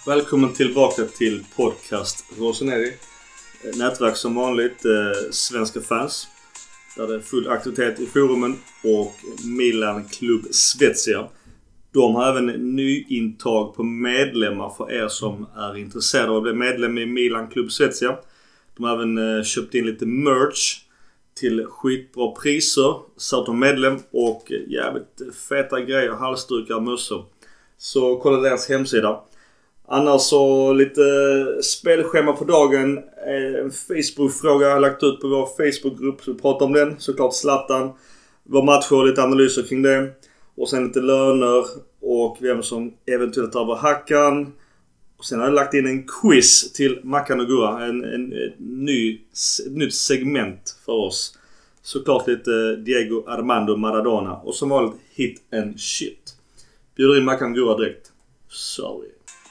Välkommen tillbaka till podcast Rossoneri. Nätverk som vanligt, svenska fans. Där det är full aktivitet i forumen och Milan Club Svezia. De har även nyintag på medlemmar för er som är intresserade av att bli medlem i Milan Club Svezia. De har även köpt in lite merch till skitbra priser. Så de medlem och jävligt feta grejer, halsdukar och mössor. Så kolla deras hemsida. Annars så lite spelschema för dagen. En Facebook-fråga jag har lagt ut på vår Facebook-grupp. Så vi pratar om den. Såklart Zlatan. Vår match och lite analyser kring det. Och sen lite löner. Och vem som eventuellt tar över Hakan. Och sen har jag lagt in en quiz till Mackan och Gura. Ett nytt segment för oss. Såklart lite Diego Armando Maradona. Och som vanligt hit and shit. Bjuder in Mackan och Gura direkt. Sorry.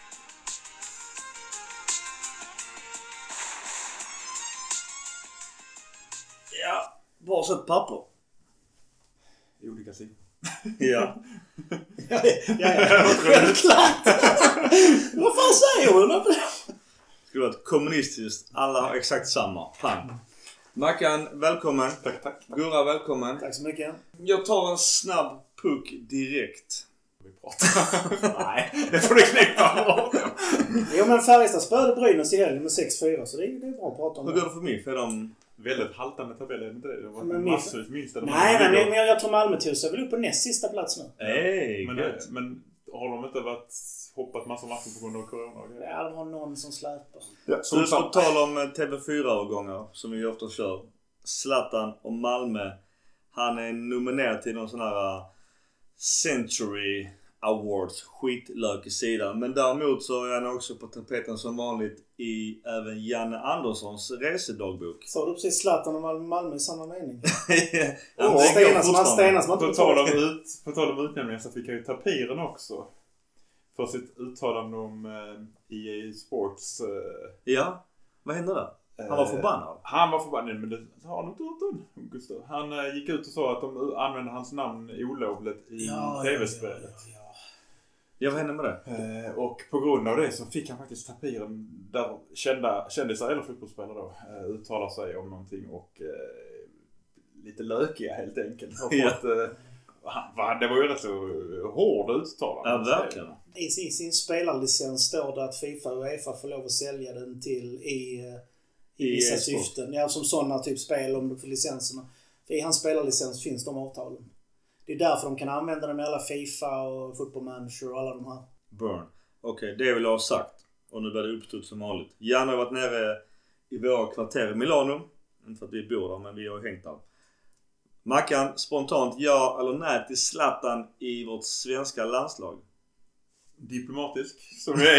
Ja, varsitt papper. I olika sidor. Ja. Ja, helt klart. Vad fan säger hon? Det skulle vara ett kommunistiskt. Alla har exakt samma. Pang. Mackan, välkommen. Tack. Gurra, välkommen. Tack så mycket. Jag tar en snabb puck direkt. Vi pratar. Nej, det får du knäppa. Jo, men Färjestad spöade Brynäs i helgen med 6-4, så det är bra att prata om. Hur går det för mig? För de... Väldigt haltande tabeller, inte det? Det var Men massor minst. Nej, men jag tror Malmö tog sig väl upp på näst sista plats nu. Men har de inte hoppat massor matcher på grund av corona? Ja, de har någon som släpar. Ja, Så du ska tala om TV4-årgångar som vi ofta kör. Zlatan och Malmö. Han är nominerad till någon sån här Century Awards skitlök i sidan. Men däremot så är han också på tapeten som vanligt i även Janne Anderssons resedagbok. Sa du precis Zlatan och Malmö i samma mening? Stenar som på tal om utnämningar så fick jag ju Tapiren också. För sitt uttalande om EA Sports. Ja, vad hände där? Han var förbannad. Han var förbannad, men det har nog inte hört den, Gustav. Han gick ut och sa att de använde hans namn olovligt i tv-spelet. Ja, vad hände med det? Och på grund av det så fick han faktiskt Tapiren där kändisar eller fotbollsspelare då uttalar sig om någonting och lite lökiga helt enkelt. Det var ju rätt så hård uttalande. Ja, verkligen. I sin spelarlicens står det att FIFA och UEFA får lov att sälja den till i vissa syften. Ja, som sådana typ spel om du får licenserna. För i hans spelarlicens finns de avtalen. Det är därför de kan använda den i alla FIFA och Football Manager och alla de här. Burn. Okej, det vill jag ha sagt. Och nu blir det uppstått som vanligt. Janne har varit nere i våra kvarter i Milano. Inte för att vi bor där, men vi har hängt där. Mackan, spontant ja eller nej till Zlatan i vårt svenska landslag? Diplomatisk som jag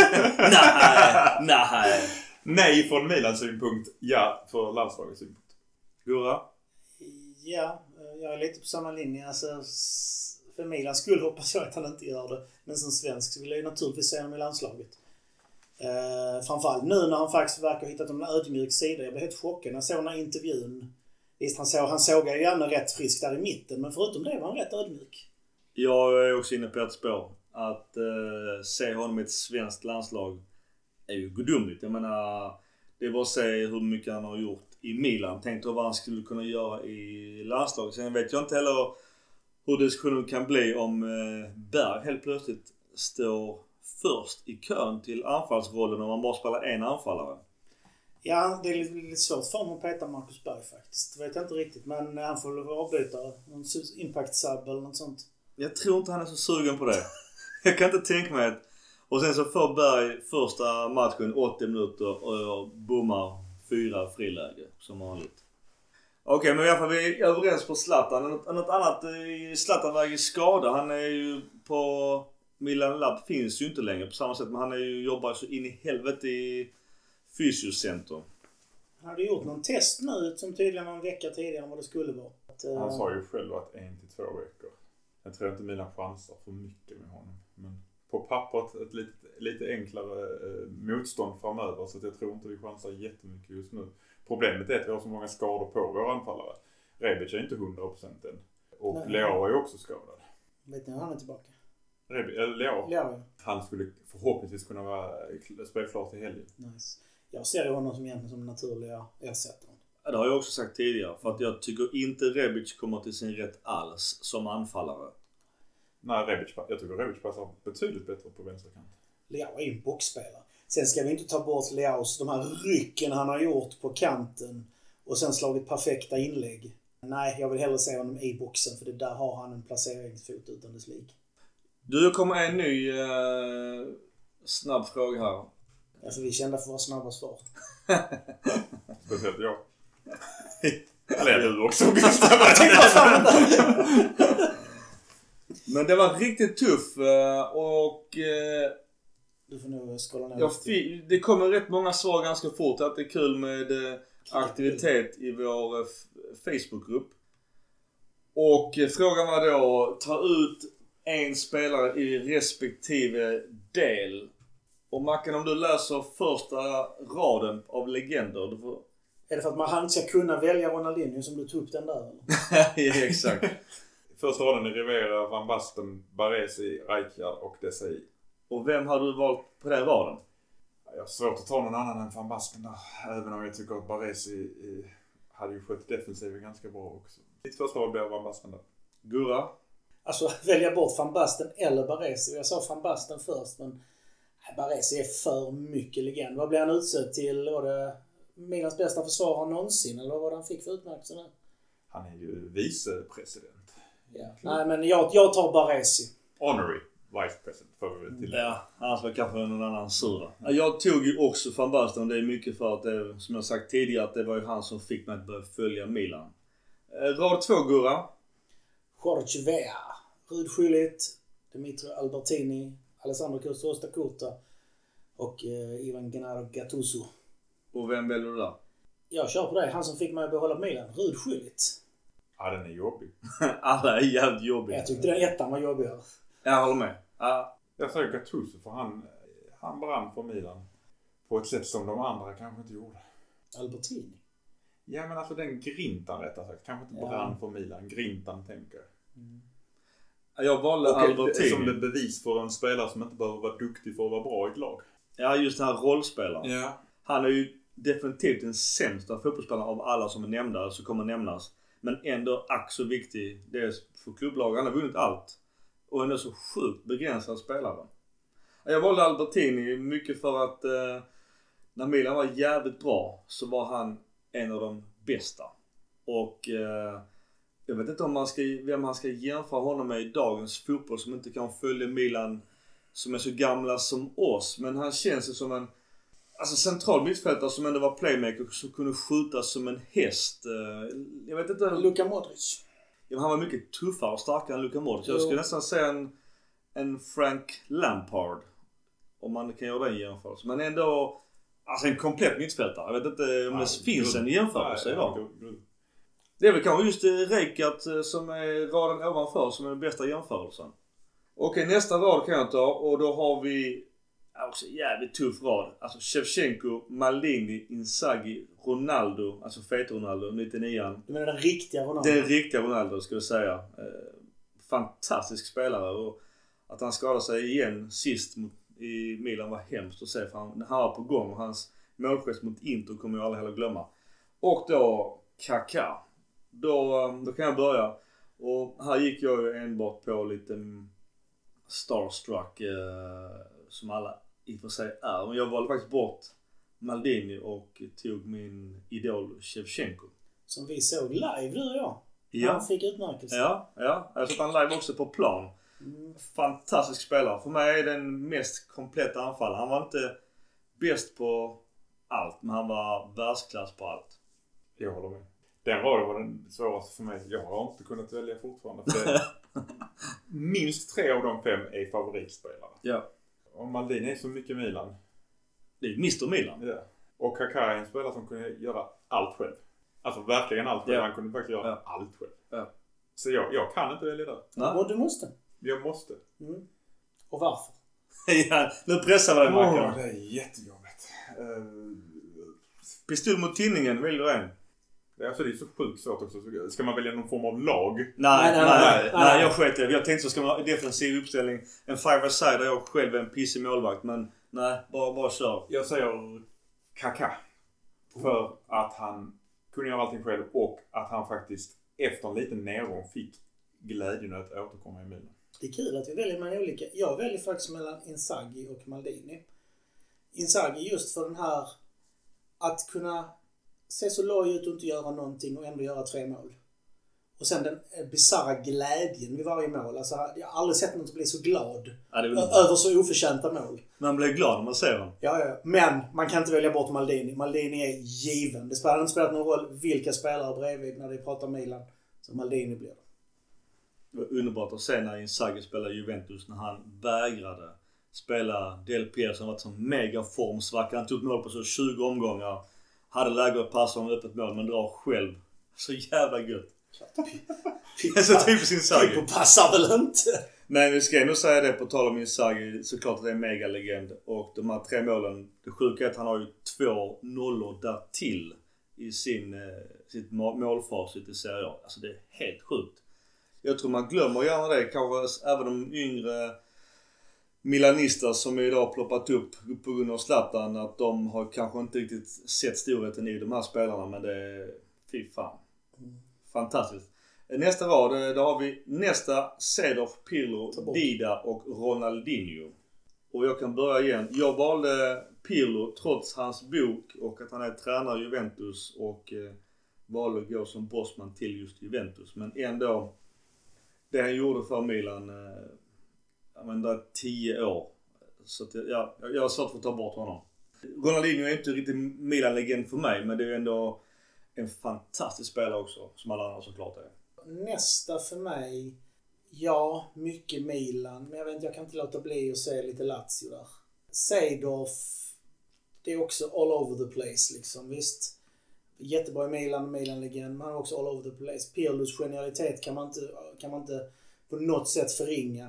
är. Nej. Nej från Milans synpunkt, ja för landslagets synpunkt. Gurra? Ja, jag är lite på samma linje. Alltså, för Milans skull hoppas jag att han inte gör det. Men som svensk så vill jag ju naturligtvis se honom i landslaget. Framförallt nu när han faktiskt verkar ha hittat en ödmjuk sida. Jag blev helt chockad när jag såg den här intervjun. Visst, han såg ju gärna rätt frisk där i mitten. Men förutom det var han rätt ödmjuk. Jag är också inne på ett spår. Att se honom i ett svenskt landslag är ju gudomligt. Jag menar, det är bara att se hur mycket han har gjort i Milan. Tänkte vad han skulle kunna göra i landslaget. Sen vet jag inte heller hur diskussionen kan bli om Berg helt plötsligt står först i kön till anfallsrollen om man bara spelar en anfallare. Ja, det är lite svårt för honom att peta Marcus Berg faktiskt. Det vet jag inte riktigt. Men han får avbyta någon impact-sub eller något sånt. Jag tror inte han är så sugen på det. Jag kan inte tänka mig att... Och sen så får Berg första matchen 80 minuter och bommar 4 friläge som vanligt. Okej, men i alla fall vi är överens på Zlatan. Något annat i Zlatan väger skada. Han är ju på Milan Lab finns ju inte längre på samma sätt. Men han är ju jobbar så in i helvete i fysiocenter. Han hade gjort någon test nu som tydligen var en vecka tidigare än vad det skulle vara. Han sa ju själv att 1 till 2 veckor. Jag tror inte Milan chansar för mycket med honom. Men på pappret ett lite enklare motstånd framöver. Så att jag tror inte vi chansar jättemycket just nu. Problemet är att vi har så många skador på våra anfallare. Rebic är inte 100% än. Och Leao är också skadad. Vet ni hur han är tillbaka? Leao. Han skulle förhoppningsvis kunna vara spelklar till helgen. Nice. Jag ser ju honom som egentligen som naturliga ersättare. Ja, det har jag också sagt tidigare. För att jag tycker inte Rebic kommer till sin rätt alls som anfallare. Nej, jag tycker Rebic passar betydligt bättre på vänsterkant. Leao är ju en boxspelare. Sen ska vi inte ta bort Leaos, de här rycken han har gjort på kanten och sen slagit perfekta inlägg. Nej, jag vill hellre se honom i boxen för det där har han en placeringsfot utan dess lik. Du, kommer en ny snabb fråga här. Ja, för vi är kända för våra snabba svar. Speciellt jag. Eller du också. Men det var riktigt tuff och du får nog skåla ner. det kommer rätt många svar ganska fort. Att det är kul med aktivitet i vår Facebookgrupp. Och frågan var då, ta ut en spelare i respektive del. Och Mackan, om du läser första raden av legender, du får... Är det för att han ska kunna välja Ronaldinho som du tog upp den där eller? Ja, exakt. Första raden är Rivera, Van Basten, Baresi, Rijkaard och Desai. Och vem har du valt på den raden? Jag har svårt att ta någon annan än Van Basten där. Även om jag tycker att Baresi hade ju skött defensiven ganska bra också. Mitt första val blev Van Basten där. Gurra? Alltså välja bort Van Basten eller Baresi. Jag sa Van Basten först men Baresi är för mycket legend. Vad blev han utsedd till? Var det Milans bästa försvarare någonsin? Eller vad var det han fick för utmärkelse nu? Han är ju vicepresident. Ja. Nej men jag tar Baresi. Honorary vice president får vi till. Ja, annars var kanske någon annan sur. Jag tog ju också Van Basten. Det är mycket för att det, som jag sagt tidigare, att det var ju han som fick mig att börja följa Milan. Rad 2, Gurra. Jorge Vea. Rud Schüllit. Dimitri Albertini. Alessandro Costa Curta. Och Ivan Gennaro Gattuso. Och vem väljer du där? Jag kör på dig. Han som fick mig att behålla Milan. Rud Schüllit. Ja, den är jobbig. Alla är jävligt jobbiga. Jag tyckte den ettan var jobbigare. Jag håller med. Jag säger Gattuso för han brann för Milan. På ett sätt som de andra kanske inte gjorde. Albertini. Ja, men alltså den grintan rättare sagt. Kanske inte brann för Milan. Grintan tänker. Mm. Jag valde Albertini. Som ett bevis för en spelare som inte behöver vara duktig för att vara bra i ett lag. Ja, just den här rollspelaren. Ja. Han är ju definitivt den sämsta fotbollsspelaren av alla som är nämnda, så kommer nämnas. Men ändå ack så viktig. Det är för klubblag. Han har vunnit allt. Och ändå så sjukt begränsad spelare. Jag valde Albertini mycket för att när Milan var jävligt bra så var han en av de bästa. Och jag vet inte om vem man ska jämföra honom med i dagens fotboll som inte kan följa Milan som är så gamla som oss. Men han känns ju som en central mittfältare som ändå var playmaker som kunde skjuta som en häst. Jag vet inte. Luka Modric. Ja, han var mycket tuffare och starkare än Luka Modric. Jag skulle nästan säga en Frank Lampard. Om man kan göra den jämförelsen. Men ändå en komplett mittfältare. Jag vet inte om det finns en jämförelse idag. Det är väl kanske just Rijkaard som är raden ovanför som är den bästa jämförelsen. Okej, nästa rad kan jag ta. Och då har vi också jävligt tuff rad. Alltså Shevchenko, Maldini, Inzaghi, Ronaldo. Alltså fet Ronaldo, 99an. Du menar den riktiga Ronaldo? Den riktiga Ronaldo skulle jag säga. Fantastisk spelare. Och att han skadade sig igen sist i Milan var hemskt att se. För han var på gång. Och hans målgest mot Inter kommer jag aldrig heller glömma. Och då Kaká. Då kan jag börja. Och här gick jag ju enbart på lite starstruck som alla i och för sig är. Men jag valde faktiskt bort Maldini och tog min idol Shevchenko. Som vi såg live, du och jag. Ja. Han fick utmärkelse. Ja. Jag såg han live också på plan. Fantastisk spelare. För mig är den mest kompletta anfallaren. Han var inte bäst på allt, men han var världsklass på allt. Jag håller med. Den raden var den svåraste för mig. Jag har inte kunnat välja fortfarande. För minst 3 av de 5 är favoritspelare. Ja. Och Maldini är så mycket Milan. Det är Mr. Milan. Ja. Och Kaká är en spelare som kunde göra allt själv. Alltså verkligen allt själv. Ja. Han kunde faktiskt göra allt själv. Ja. Så jag kan inte välja det. Nej. Och du måste. Jag måste. Mm. Och varför? Ja, nu pressar vi dig, Mackan. Det är jättejobbigt. Pistol mot tinningen, väljer du en? Det är så sjukt svårt också. Ska man välja någon form av lag? Nej, jag sket det. Jag tänkte så ska man ha defensiv uppställning. En 5-a-side där jag själv är en pissig målvakt. Men nej, bara kör. Jag säger Kaká. För att han kunde göra allting själv och att han faktiskt efter en liten nedgång fick glädjen att återkomma i Milan. Det är kul att vi väljer mellan olika. Jag väljer faktiskt mellan Inzaghi och Maldini. Inzaghi just för den här att kunna se så loj ut och inte göra någonting och ändå göra 3 mål. Och sen den bizarra glädjen vid varje mål. Alltså, jag har aldrig sett någon som blir så glad över så oförtjänta mål. Man blir glad när man ser dem. Ja. Men man kan inte välja bort Maldini. Maldini är given. Det har inte spelat någon roll vilka spelare bredvid när de pratar Milan. Så Maldini blir det. Det var underbart att se när Inzaghi spelade Juventus när han vägrade spela Del Piero som varit som megaformsvacka. Han tog mål på så 20 omgångar. Hade läge att passa om öppet mål men drar själv. Så jävla gött. Det är så typiskt Inzaghi. Pippo passar väl inte? Men vi ska ändå säga det på tal om Inzaghi. Såklart att det är en megalegend. Och de här 3 målen. Det sjuka är att han har ju 2 nollor där till i sitt målfacit i Serie A. Alltså det är helt sjukt. Jag tror man glömmer gärna det. Kanske även de yngre milanister som idag ploppat upp på grund av Zlatan. Att de har kanske inte riktigt sett storheten i de här spelarna. Men det är fy fan. Fantastiskt. Nästa rad, då har vi Nesta, Seedorf, Pirlo, Dida och Ronaldinho. Och jag kan börja igen. Jag valde Pirlo trots hans bok och att han är tränare i Juventus och valde att gå som bossman till just Juventus. Men ändå, det han gjorde för Milan, jag menar 10 år. Så att, jag har svårt för att ta bort honom. Ronaldinho är inte riktigt Milan-legend för mig, men det är ändå en fantastisk spelare också, som alla andra såklart är. Nästa för mig, ja, mycket Milan. Men jag kan inte låta bli att säga lite Lazio där. Seedorf, det är också all over the place liksom, visst. Jättebra i Milan, Milan-legend, men han är också all over the place. Pirlos genialitet kan man inte på något sätt förringa.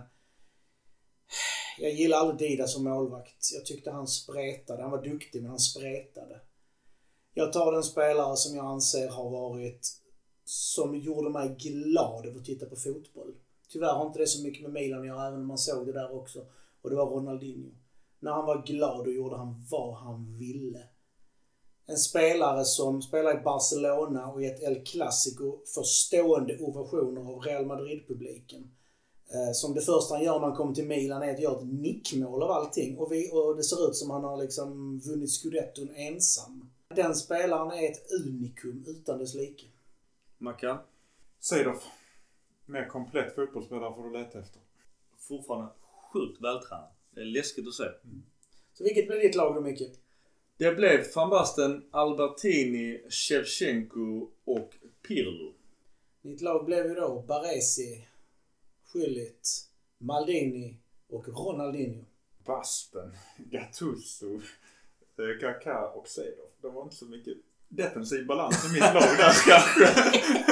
Jag gillar aldrig Dida som målvakt. Jag tyckte han spretade. Han var duktig, men han spretade. Jag tar den spelare som jag anser har varit, som gjorde mig glad över att titta på fotboll. Tyvärr har inte det så mycket med Milan att göra, även om man såg det där också. Och det var Ronaldinho. När han var glad då gjorde han vad han ville. En spelare som spelar i Barcelona och i ett El Clasico får stående ovationer av Real Madrid-publiken. Som det första han gör när han kommer till Milan är att göra ett nickmål av allting. Och det ser ut som han har liksom vunnit Scudetton ensam. Den spelaren är ett unikum utan dess like. Mackan? Seedorf. Mer komplett fotbollsspelare får du leta efter. Fortfarande sjukt vältränad. Det är läskigt att se. Så vilket blev ditt lag då, Micke? Det blev Van Basten, Albertini, Shevchenko och Pirlo. Ditt lag blev ju då Baresi, Schüllit, Maldini och Ronaldinho. Basten, Gattuso, Kaká och Seedorf. Det var inte så mycket defensiv balans i mitt lag där kanske.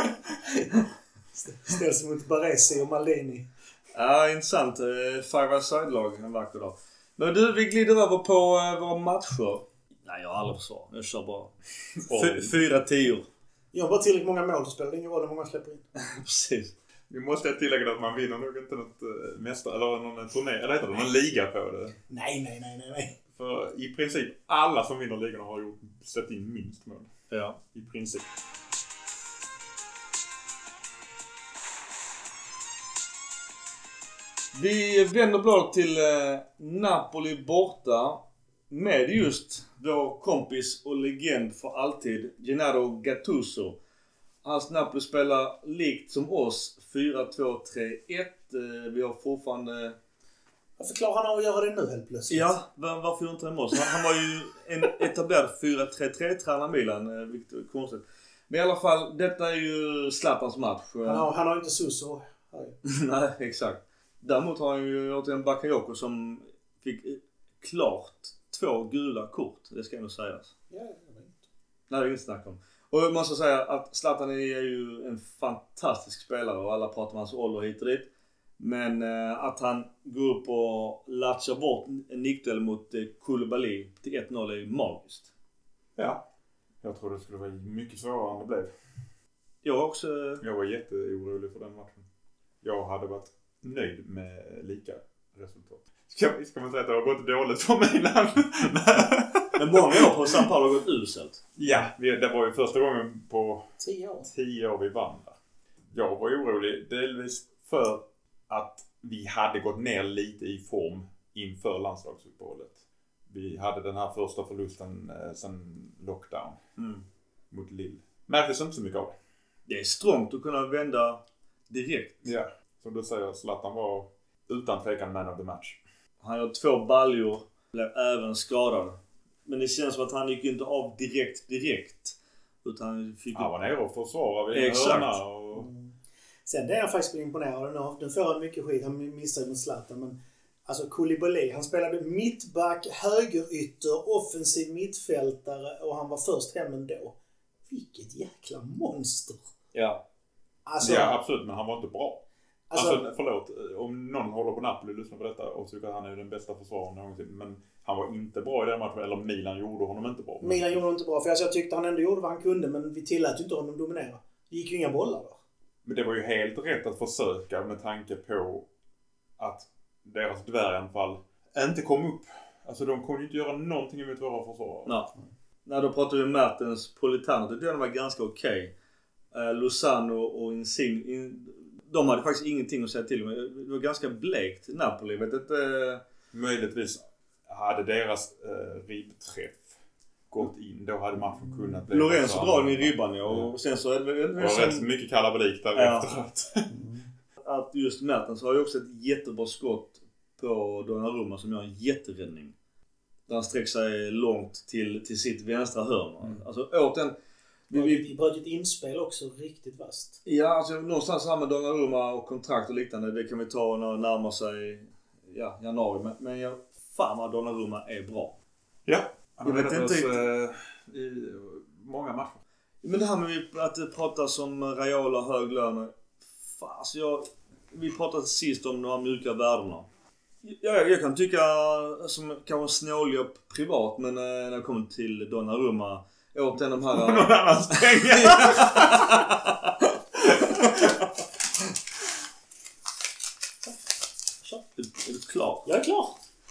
Ställs mot Baresi och Maldini. Ja, intressant. 5-a-side-lag en vacker dag. Men du, vi glider över på våra matcher. Nej, jag har aldrig försvar. Jag kör bara 4-10. Jag har bara tillräckligt många mål att spela. Det är ingen roll hur många släpper in. Precis. Vi måste tillägga att man vinner nog inte något mästare eller någon turné. Eller heter det någon liga på det? Nej. För i princip alla som vinner ligorna har släppt in minst mål. Ja. I princip. Vi vänder blad till Napoli borta med just vår kompis och legend för alltid, Gennaro Gattuso. Hans Napoli spelar likt som oss 4-2-3-1. Vi har fortfarande... Varför klarar han av att göra det nu helt plötsligt? Ja, varför inte det med oss? Han var ju en etablerad 4-3-3-tränare Milan, vilket är konstigt. Men i alla fall, detta är ju Zlatans match. Han har inte Suso. Nej, exakt. Däremot har han ju gjort en Bakayoko som fick klart 2 gula kort. Det ska ändå sägas. Ja, det var inte. Nej, det är inget snack om. Och jag måste säga att Zlatan är ju en fantastisk spelare och alla pratar om hans ålder hit och dit. Men att han går upp och latchar bort en nickduell mot Koulibaly till 1-0 är ju magiskt. Ja, Jag tror det skulle vara mycket svårare än det blev. Jag var jätteorolig för den matchen. Jag hade varit nöjd med lika resultat. Ska man säga att det har gått dåligt för Milan? Men många år på San Paolo har gått uselt. Ja, det var ju första gången på 10 år vi vann där. Jag var orolig delvis för att vi hade gått ner lite i form inför landslagsuppehållet. Vi hade den här första förlusten sen lockdown mot Lille. Märktes inte så mycket av det. Det är strångt att kunna vända direkt. Ja, som du säger, Zlatan var utan tvekan man of the match. Han gör 2 baljor, blev även skadad. Men det känns som att han gick inte av direkt. Utan han var nere och försvarade vid hörna. Och... Sen det är jag faktiskt blev imponerad av. Nu får han mycket skit. Han missade mot Zlatan. Men alltså Koulibaly, han spelade mittback, högerytter, offensiv mittfältare och han var först hem ändå. Vilket jäkla monster. Ja. Alltså, ja, absolut. Men han var inte bra. Alltså, förlåt. Om någon håller på Napoli och lyssnar på detta och tycker att han är den bästa försvararen någonsin. Men han var inte bra i den matchen. Eller Milan gjorde honom inte bra. Milan gjorde honom inte bra. För jag tyckte han ändå gjorde vad han kunde. Men vi tillät ju inte honom dominera. Det gick ju inga bollar där. Men det var ju helt rätt att försöka med tanke på att deras dvärganfall inte kom upp. Alltså de kunde ju inte göra någonting emot våra försvarare. Nej, då pratade vi om Mertens, Politano. Det var ganska okej. Lozano och Insigne, de hade faktiskt ingenting att säga till om. Det var ganska blekt Napoli. Vet inte... Möjligtvis hade deras ribbträff gått in. Då hade matchen kunnat bli... Lorenzo drar den i ribban, ja. Och sen så... Det var rätt mycket kalabalik där efteråt. Att just Mertens har ju också ett jättebra skott på Donnarumma som gör en jätteräddning. Där han sträcker sig långt till sitt vänstra hörn. Alltså återigen... Vi bröt ett inspel också riktigt vast. Ja, alltså någonstans här med Donnarumma och kontrakt och liknande. Det kan vi ta när det närmar sig januari. Men fan vad Donnarumma är bra. Ja, jag vet inte i många matcher. Men det här med att prata som Raiola hög lön. Fan, alltså vi pratade sist om de här mjuka värdena. Jag kan tycka som kanske snåljåp privat, men när jag kommer till Donnarumma åt den de här... Någon annans pengar! Är du klar? Jag är klar!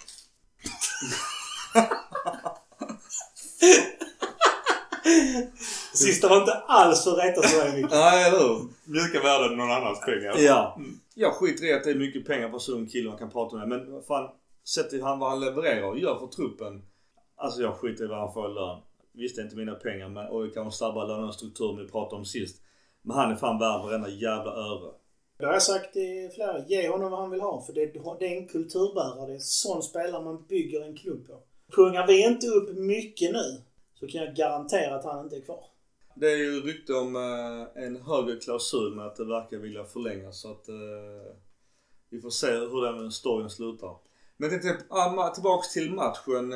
Sista var inte alls för rätta så är mycket. Nej, eller hur? Mjuka värden någon annans pengar. Ja. Jag skiter i att det är mycket pengar på sån kille man kan prata med. Men fan, sätter han vad han levererar och gör för truppen. Alltså jag skiter i vad han får i lön. Visst, det är inte mina pengar, men, och jag kan snabba lönestrukturen vi pratade om sist. Men han är fan värd varenda jävla öre. Det har jag sagt i flera. Ge honom vad han vill ha. För det är en kulturbärare. Det är en sån spelare man bygger en klubb på. Pungar vi inte upp mycket nu så kan jag garantera att han inte är kvar. Det är ju rykte om en högre klausul med att det verkar vilja förlängas. Så att vi får se hur den storyn slutar. Men tillbaks till matchen.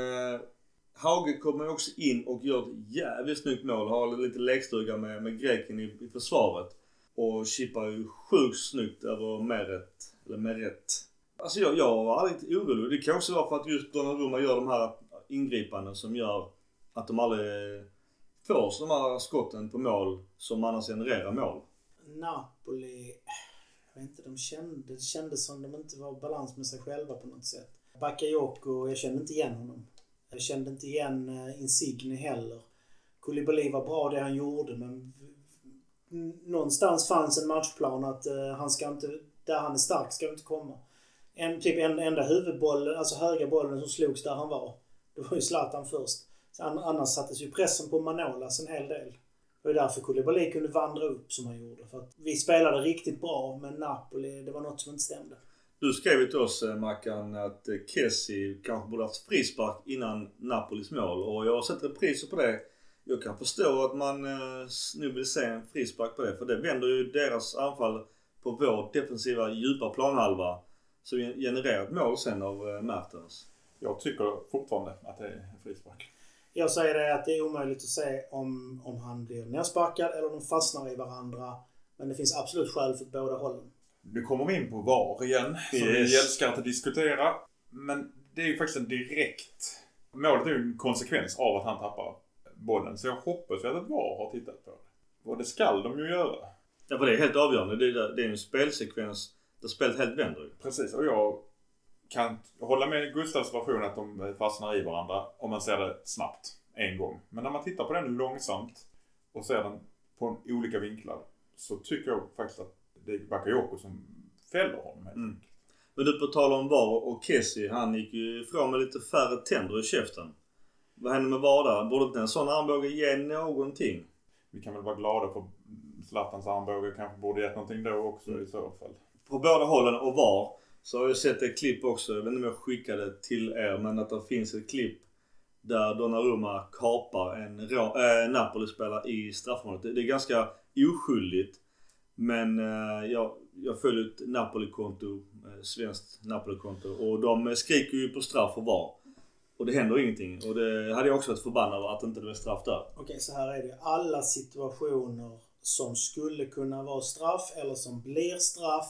Hauge kommer också in och gör ett jävligt snyggt mål. Har lite lekstuga med greken i försvaret. Och chippar ju sjukt snyggt över Meret. Alltså jag var lite orolig. Det kan också vara för att just Donnarumma gör de här ingripanden som gör att de aldrig får de här skotten på mål som annars genererar mål. Napoli, jag vet inte, det kändes som de inte var i balans med sig själva på något sätt. Bakayoko, jag kände inte igen honom. Jag kände inte igen Insigne heller. Koulibaly var bra det han gjorde, men någonstans fanns en matchplan att han ska inte, där han är stark ska inte komma. En enda huvudboll, alltså höga bollen som slogs där han var. Det var ju Zlatan först. Annars sattes ju pressen på Manolas en hel del. Det var därför Koulibaly kunde vandra upp som han gjorde. För att vi spelade riktigt bra, men Napoli, det var något som inte stämde. Du skrev till oss, Mackan, att Kessie kanske borde haft frispark innan Napolis mål. Och jag har sett repriser på det. Jag kan förstå att man nu vill se en frispark på det. För det vänder ju deras anfall på vår defensiva djupa planhalva. Som genererar ett mål sen av Mertens. Jag tycker fortfarande att det är en frispark. Jag säger det att det är omöjligt att se om han blir nersparkad eller om de fastnar i varandra. Men det finns absolut skäl för båda hållen. Nu kommer vi in på VAR igen. Som vi älskar att diskutera. Men det är ju faktiskt en direkt... Målet är ju en konsekvens av att han tappar bollen. Så jag hoppas att ett VAR har tittat på det. Och det ska de ju göra. Ja, för det är helt avgörande. Det är en spelsekvens där spelet helt vänder. Precis, och jag kan hålla med Gustavs version att de fastnar i varandra om man ser det snabbt en gång. Men när man tittar på den långsamt och ser den på olika vinklar så tycker jag faktiskt att det är Bakayoko som fäller honom. Men du, på tal om VAR och Kessie, han gick ju ifrån med lite färre tänder i käften. Vad hände med VAR där? Borde inte en sån armbåge ge någonting? Vi kan väl vara glada för Zlatans armbåge kanske borde gett någonting då också i så fall. På båda hållen och VAR så har jag sett ett klipp också, jag vet inte om jag skickade till er, men att det finns ett klipp där Donnarumma kapar en Napoli-spelare i straffområdet. Det är ganska oskyldigt, men jag följer ett Napoli-konto, svenskt Napoli-konto, och de skriker ju på straff och VAR. Och det händer ingenting. Och det hade jag också varit förbannad av att inte det var straff där. Okej, så här är det. Alla situationer som skulle kunna vara straff eller som blir straff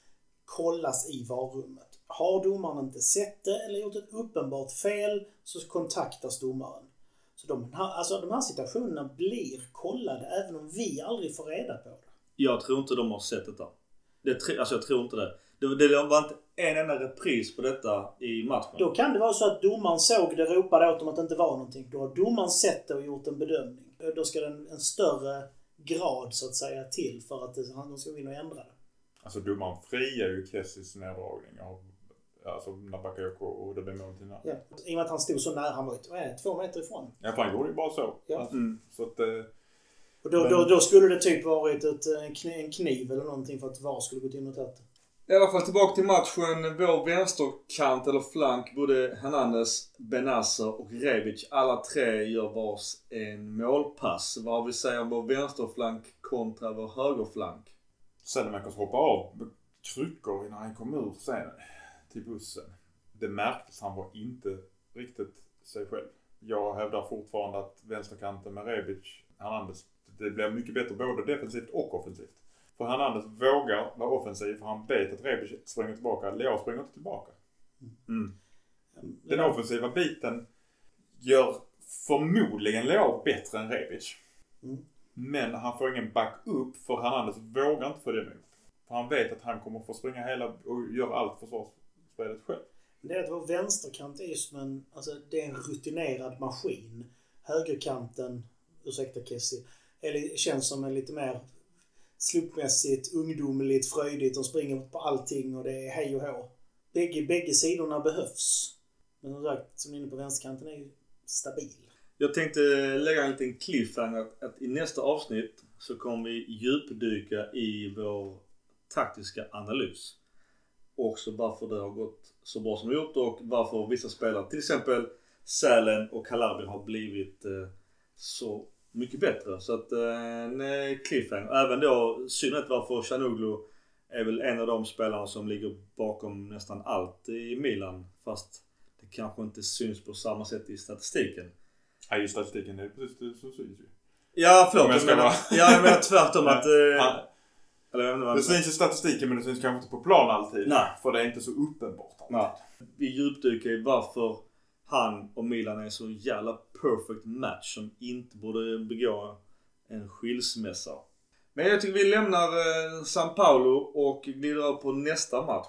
kollas i VAR-rummet. Har domaren inte sett det eller gjort ett uppenbart fel så kontaktas domaren. Så de här situationerna blir kollade även om vi aldrig får reda på det. Jag tror inte de har sett detta. Jag tror inte det. Det var inte en enda repris på detta i matchen. Då kan det vara så att domaren såg det, ropade åt dem att det inte var någonting. Då har domaren sett det och gjort en bedömning. Då ska det en större grad så att säga till för att de ska gå in och ändra det. Alltså domaren friar ju Kessis neddragning av när Bakayoko och det blev mål till när. Ja, i och med att han stod så nära, han var 2 meter ifrån. Ja, för han gjorde ju bara så. Ja. Så att, och då skulle det typ varit en kniv eller någonting för att VAR skulle gått in och tagit. I alla fall tillbaka till matchen. Vår vänsterkant eller flank, både Hernandez, Benazer och Rebic, alla tre gör vars en målpass. Vad vi säger om vår vänsterflank kontra vår högerflank? Sädemäkers hoppar av kryckor när han kom ur sen till bussen. Det märktes, han var inte riktigt sig själv. Jag hävdar fortfarande att vänsterkanten med Rebic, Hernandez, det blir mycket bättre både defensivt och offensivt. För Hernandez vågar vara offensiv för han vet att Rebic springer tillbaka. Leo springer inte tillbaka. Den offensiva biten gör förmodligen Leo bättre än Rebic. Men han får ingen backup för Hernandez vågar inte följa emot. För han vet att han kommer få springa hela och göra allt försvarsspelet själv. Det är att vår vänsterkant är som det är en rutinerad maskin. Högerkanten, ursäkta Kessie, känns som en lite mer slumpmässigt, ungdomligt, fröjdigt. De springer på allting och det är hej och hå. Bägge sidorna behövs. Men som sagt, som inne på vänsterkanten är ju stabil. Jag tänkte lägga en liten cliffhanger att i nästa avsnitt så kommer vi djupdyka i vår taktiska analys. Också varför det har gått så bra som det gjort och varför vissa spelare, till exempel Sälen och Calabria, har blivit så mycket bättre. Så att en cliffhanger. Även då synnerhet varför Çalhanoğlu är väl en av de spelarna som ligger bakom nästan allt i Milan. Fast det kanske inte syns på samma sätt i statistiken. Ja, i statistiken är det precis det som syns ju. Ja, förlåt. Jag menar tvärtom att... det syns i statistiken men det syns kanske inte på plan alltid. Nej. För det är inte så uppenbart alltid. Nej. Vi djupdyker i varför han och Milan är så jävla perfect match som inte borde begå en skilsmässa. Men jag tycker vi lämnar São Paulo och glider på nästa match.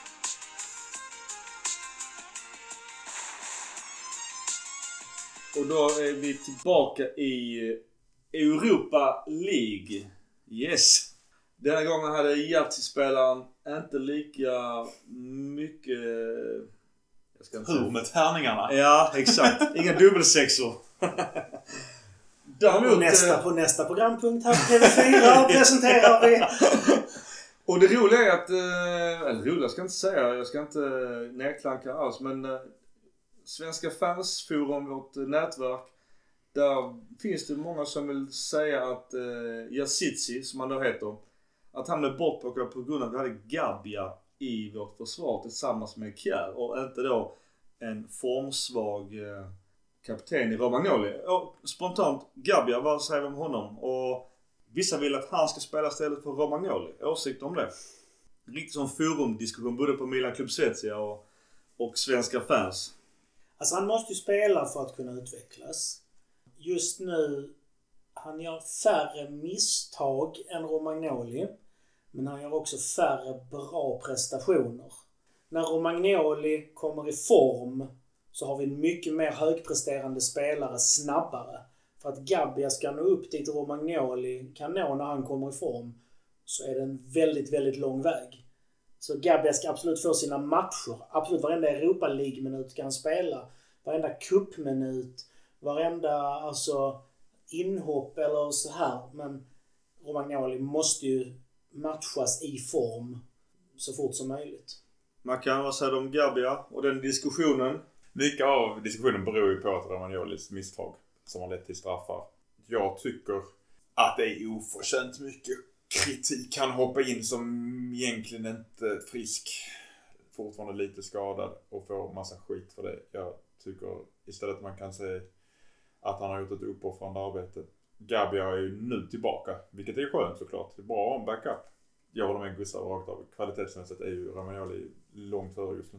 Och då är vi tillbaka i Europa League. Yes! Den här gången hade Yatzy-spelaren inte lika mycket... Hur med tärningarna? Ja, exakt. Inga dubbelsexor. På nästa programpunkt här på TV4 presenterar vi. Och det roliga är att... jag ska inte säga. Jag ska inte nedklanka alls. Men Svenska fansforum, vårt nätverk. Där finns det många som vill säga att Yatzy, som han då heter, att han blev bortplockad på grund av att vi hade Gabbia i vårt försvar tillsammans med Kjär och inte då en formsvag kapten i Romagnoli. Och spontant, Gabbia, vad säger vi om honom? Och vissa vill att han ska spela istället för Romagnoli. Åsikt om det? Riktigt som forumdiskussion både på Milan Club Svezia och svenska fans. Alltså han måste ju spela för att kunna utvecklas. just nu, han gör färre misstag än Romagnoli. Men han gör också färre bra prestationer. När Romagnoli kommer i form så har vi en mycket mer högpresterande spelare snabbare. För att Gabbia ska nå upp dit Romagnoli kan nå när han kommer i form, så är det en väldigt, väldigt lång väg. Så Gabbia ska absolut få sina matcher. Absolut varenda Europa League-minut ska han spela. Varenda cupminut. Varenda inhopp eller så här. Men Romagnoli måste ju matchas i form så fort som möjligt. Man kan vara säga om Gabbia och den diskussionen. Mycket av diskussionen beror ju på att Romagnolis misstag som har lett till straffar. Jag tycker att det är oförtjänt mycket kritik. Han hoppar in som egentligen inte frisk. Fortfarande lite skadad och får massa skit för det. Jag tycker istället man kan säga att han har gjort ett uppoffrande arbete. Gabbia är ju nu tillbaka, vilket är skönt såklart. Det är bra om backup. Jag håller med Gustav rakt av. Kvalitetsmässigt är ju Romagnoli långt före just nu.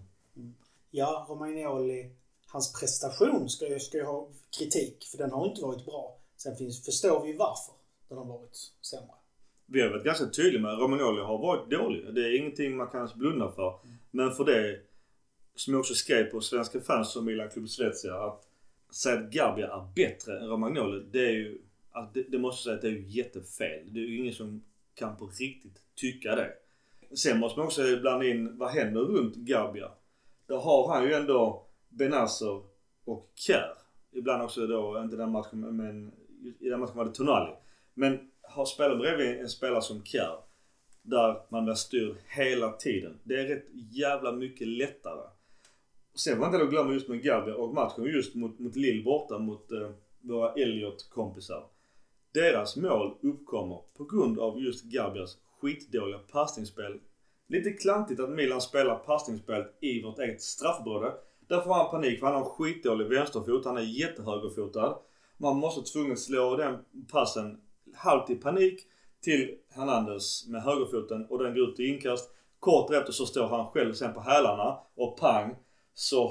Ja, Romagnoli, hans prestation ska ju ha kritik, för den har inte varit bra. Sen förstår vi varför den har varit sämre. Vi har varit ganska tydliga med att Romagnoli har varit dålig. Det är ingenting man kan blunda för. Men för det, som jag också skrev på Svenska Fans och Milan Club Svezia, att säga att Gabbia är bättre än Romagnoli, det är ju, det måste säga att det är ju jättefel. Det är ju ingen som kan på riktigt tycka det. Sen måste man också blanda in vad händer runt Gabbia. Där har han ju ändå Benasser och Kjær. Ibland också då, inte den matchen, men i den matchen var det Tonali. Men har spelat bredvid en spelare som Kjær, där man blir styr hela tiden. Det är rätt jävla mycket lättare. Sen var inte att glömma just med Gabbia och matchen just mot Lille borta, mot våra Elliot-kompisar. Deras mål uppkommer på grund av just Gabbias skitdåliga passningsspel. Lite klantigt att Milan spelar passningsspel i vårt eget straffområde. Därför har han panik, för han har en skitdålig vänsterfot. Han är jättehögerfotad. Man måste tvunget slå den passen halvt i panik till Hernandez med högerfoten, och den går ut i inkast. Kort efter så står han själv sen på hälarna och pang så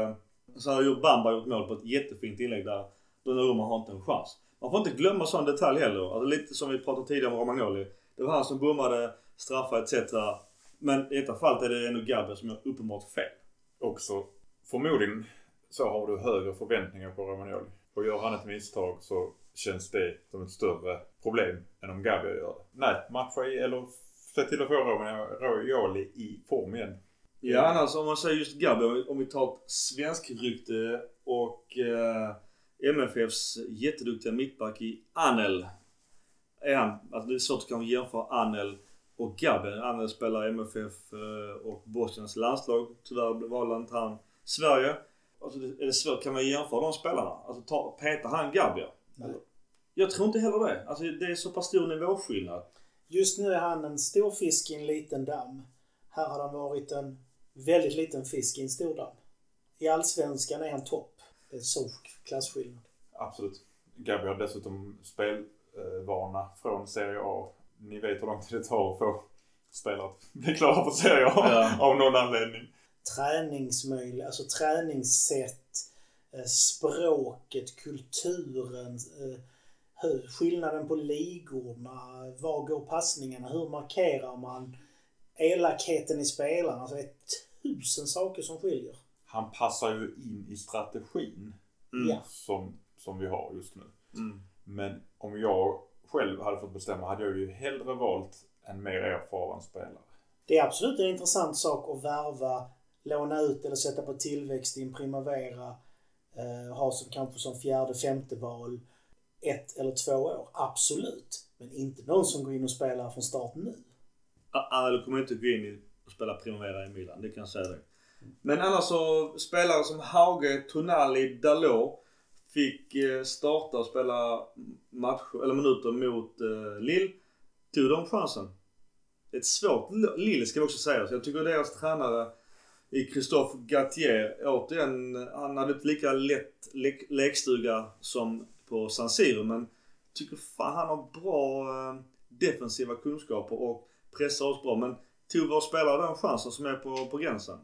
har Bamba gjort mål på ett jättefint inlägg där Donnarumma har inte en chans. Man får inte glömma sån detalj heller. Alltså lite som vi pratade tidigare om Romagnoli. Det var han som bommade, straffar etc. Men i detta fallet är det ändå Gabbia som gör uppenbart fel. Också förmodligen så har du högre förväntningar på Romagnoli. Och gör han ett misstag så känns det som ett större problem än om Gabbia gör det. Nej, matcha i, eller se till att få Romagnoli i form igen. Ja, annars om man säger just Gabbia, om vi tar ett svensk rykte och MFFs jätteduktiga mittback i Anel. Alltså det är svårt att kanske jämföra Anel och Gabbia. Anel spelar MFF och Bosniens landslag. Tyvärr valde inte han Sverige. Alltså är det svårt, kan man jämföra de spelarna? Alltså petar han Gabbia? Nej. Jag tror inte heller det. Alltså det är så pass stor nivåskillnad. Just nu är han en stor fisk i en liten damm. Här har han varit en väldigt liten fisk i en stor damm. I allsvenskan är han topp. Det är så klasskillnad. Absolut. Gabbia har dessutom spelvana från Serie A. Ni vet hur lång tid det tar att få spelare att bli klara på Serie A av någon anledning. Alltså träningssätt, språket, kulturen, skillnaden på ligorna, var går passningarna, hur markerar man, elakheten i spelarna. Alltså det är 1000 saker som skiljer. Han passar ju in i strategin som vi har just nu. Men om jag själv hade fått bestämma hade jag ju hellre valt en mer erfaren spelare. Det är absolut en intressant sak att värva, låna ut eller sätta på tillväxt i en Primavera, ha som kanske som 4-5 val 1 eller 2 år. Absolut. Men inte någon som går in och spelar från start nu. Eller kommer inte gå in och spela Primavera i Milan, det kan jag säga det. Men annars så spelare som Hauge, Tonali, Dalot fick starta och spela matcher eller minuter mot Lille. Tog de chansen? Ett svårt Lille ska vi också säga. Så jag tycker deras tränare i Christophe Galtier, återigen, han hade inte lika lätt lekstuga som på San Siro, men tycker fan han har bra defensiva kunskaper och pressar oss bra. Men tog vår spelare den chansen som är på gränsen?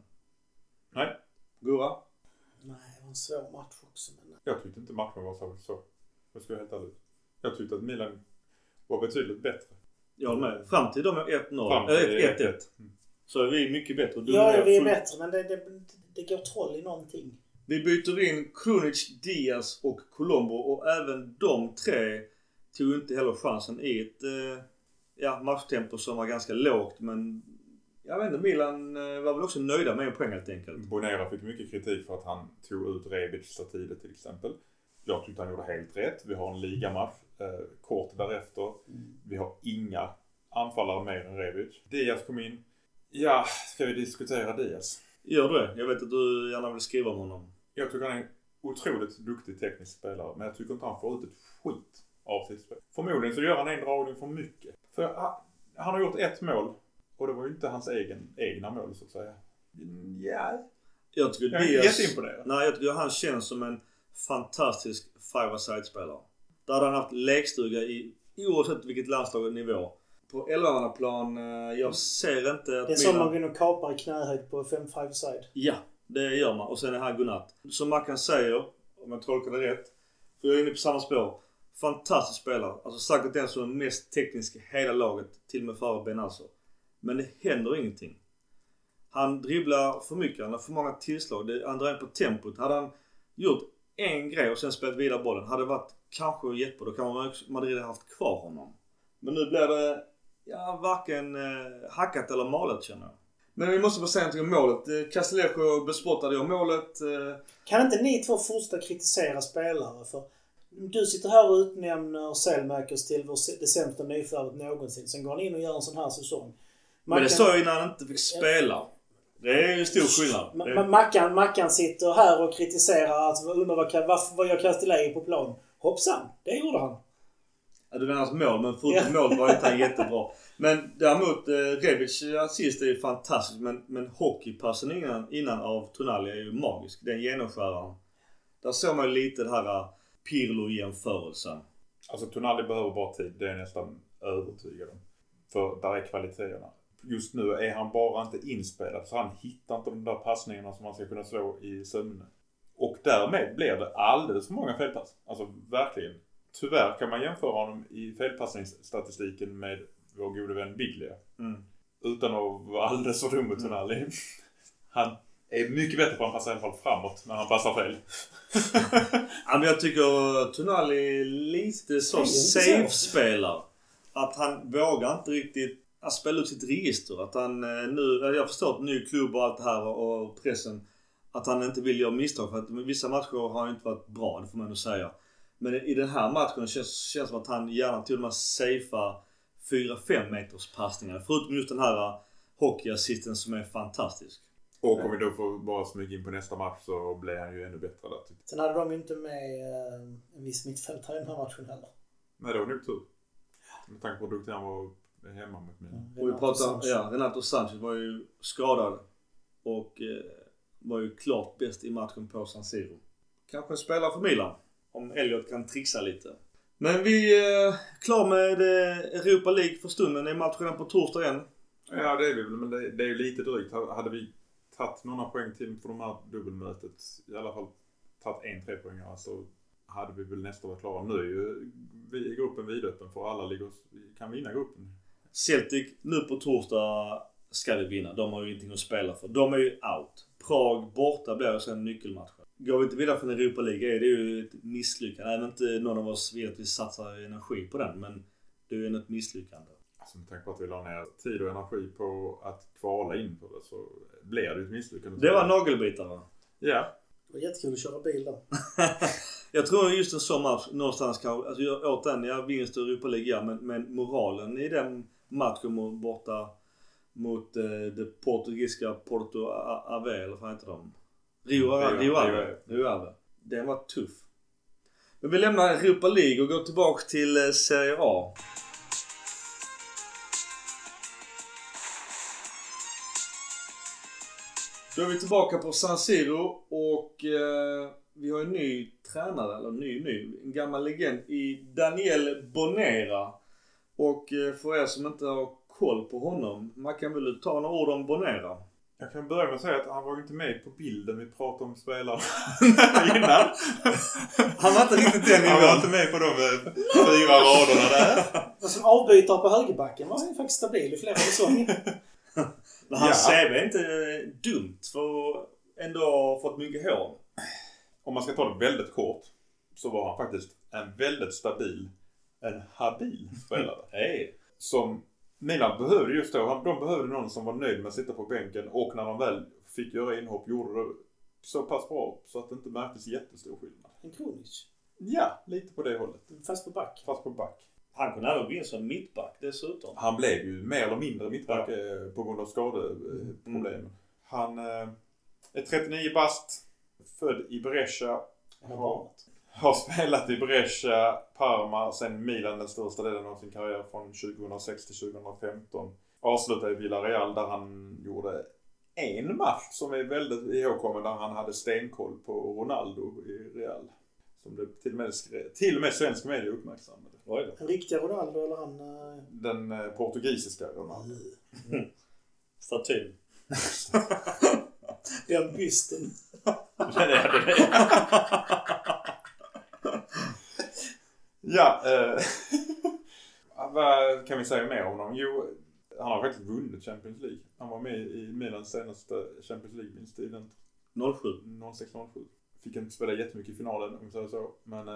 Nej. Gurra? Nej, det var en svår match också. Men... Jag tyckte inte matchen var så. Jag ska helt ärligt. Jag tyckte att Milan var betydligt bättre. Jag med. Fram till de 1-0. Eller 1-1. Så är vi mycket bättre. Ja, vi är bättre. Men det går troll i någonting. Vi byter in Krunic, Diaz och Colombo. Och även de tre tog inte heller chansen i ett matchtempo som var ganska lågt. Men jag vet inte, Milan var väl också nöjda med en poäng helt enkelt. Bonera fick mycket kritik för att han tog ut Rebic så tidigt till exempel. Jag tyckte han gjorde helt rätt. Vi har en ligamatch kort därefter. Vi har inga anfallare mer än Rebic. Diaz kom in. Ja, ska vi diskutera Diaz? Gör det. Jag vet att du gärna vill skriva om honom. Jag tycker han är en otroligt duktig teknisk spelare. Men jag tycker inte han får ut ett skit av sitt spel. Förmodligen så gör han en dragning för mycket. För han har gjort ett mål. Och det var ju inte hans egna mål så att säga. Ja. Jag tycker är jätteimponerad. Nej, jag tycker han känns som en fantastisk five-a-side-spelare. Där hade han haft lekstuga i oavsett vilket landslagnivå. På 11-mannaplan, jag ser inte att det är som man vill kapar i knähöjd på 5-5-side. Ja, det gör man. Och sen är här godnatt. Som Mackan säger, om jag tolkar det rätt, för jag är inne på samma spår. Fantastisk spelare. Alltså säkert den som är mest teknisk i hela laget, till och med före Benazzo. Men det händer ingenting. Han dribblar för mycket, han har för många tillslag. Han drar in på tempot. Hade han gjort en grej och sen spelat vidare bollen, hade det varit kanske jättebra. Då kan Madrid ha haft kvar honom. Men nu blir det varken hackat eller malet, känner jag. Men vi måste bara säga någonting om målet. Castillejo bespottade om målet. Kan inte ni två fortsätta kritisera spelare? För du sitter här och utnämner Selmakers till det sämsta nyförvärvet någonsin. Sen går han in och gör en sån här säsong. Men det sa jag innan han inte fick spela. Det är ju stor skillnad. Mackan sitter här och kritiserar att undrar vad gör Castillejo på plan. Hoppsan, det gjorde han. Ja, det var hans mål, men förutom mål var inte han jättebra. Men däremot, Rebic assist är ju fantastisk. Men hockeypassen innan av Tonali är ju magisk. Den genomskäraren. Där såg man ju lite det här Pirlo-jämförelsen. Alltså Tonali behöver bara tid, det är nästan övertygad om. För där är kvaliteterna. Just nu är han bara inte inspelad, så han hittar inte de där passningarna som man ska kunna slå i sömnen. Och därmed blir det alldeles för många felpass. Alltså verkligen. Tyvärr kan man jämföra honom i felpassningsstatistiken med vår gode vän Biglia. Utan att vara alldeles för dum med Tonali. Han är mycket bättre på att passa i alla fall framåt när han passar fel. Ja, men jag tycker Tonali är lite så safe-spelare. Att han vågar inte riktigt spela ut sitt register. Att han nu, jag förstår att ny klubb och allt det här och pressen, att han inte vill göra misstag. För att vissa matcher har inte varit bra, det får man nog säga. Men i den här matchen känns som att han gärna till och med safear 4-5 meters passningar. Förutom just den här hockeyassisten som är fantastisk. Och om vi då får bara smyga in på nästa match så blir han ju ännu bättre där. Sen hade de ju inte med en viss mittfältare i den här matchen heller. Nej, det var nog tur. Med tanke på hur duktig han var hemma mot mig. Och vi pratar, Renato Sanchez var ju skadad och var ju klart bäst i matchen på San Siro. Kanske spelar för Milan om Elliot kan trixa lite. Men vi är klar med Europa League för stunden. Är matchen på torsdag igen? Ja, det är vi väl, men det är ju lite drygt. Hade vi tagit några poäng till för de här dubbelmötet, i alla fall tagit 3 poäng, så hade vi väl nästan varit klara. Nu är ju i gruppen vidöppen för alla kan vinna gruppen. Celtic nu på torsdag ska vi vinna. De har ju ingenting att spela för. De är ju out. Prag borta blir det sen nyckelmatch. Går vi inte vidare från Europa League är det ju ett misslyckande. Även inte någon av oss vill att vi satsar energi på den, men det är ju ett misslyckande. Alltså med tanke på att vi la ner tid och energi på att kvala in på det, så blev det ett misslyckande. Det var nagelbitar, va? Ja. Det var jättekul att köra bil där. Jag tror just en sån match någonstans kan, alltså jag vinst i Europa League, men moralen i den matchen borta mot det portugisiska Porto Ave, eller vad heter de? Rio Ave. Den var tuff. Men vi lämnar Europa League och går tillbaka till Serie A. Då är vi tillbaka på San Siro och vi har en ny tränare, eller ny, en gammal legend i Daniel Bonera. Och för er som inte har koll på honom, man kan väl ta några ord om Bonera. Jag kan börja med att säga att han var ju inte med på bilden vi pratade om spelarna innan. Han var inte riktigt den nivån. Han var inte med på de 4 raderna där. Som avbytare på högerbacken var han faktiskt stabil i flera säsonger. Men hans CV är inte dumt för ändå fått mycket hår. Om man ska ta det väldigt kort så var han faktiskt en väldigt stabil, en habil spelare. Hej. Som Milan behövde just då. De behövde någon som var nöjd med att sitta på bänken och när de väl fick göra inhopp gjorde det så pass bra så att det inte märktes jättestor skillnad. En Kronic. Ja, lite på det hållet. Fast på back. Fast på back. Han kunde även bli en sån mittback dessutom. Han blev ju mer eller mindre mittback på grund av skadeproblem. Han är 39 bast, född i Brescia. Har spelat i Brescia, Parma, sen Milan den största delen av sin karriär från 2006 till 2015. Avslutade i Villarreal där han gjorde en match som är väldigt ihågkommen där han hade stenkoll på Ronaldo i Real. Som det till och med svensk media uppmärksammade. En riktig Ronaldo eller han? Den portugisiska Ronaldo. Statyn. Den bysten. Ja, vad kan vi säga mer om honom? Jo, han har faktiskt vunnit Champions League. Han var med i Milans senaste Champions League-vinst i den 06-07. Fick inte spela jättemycket i finalen om jag säger så, men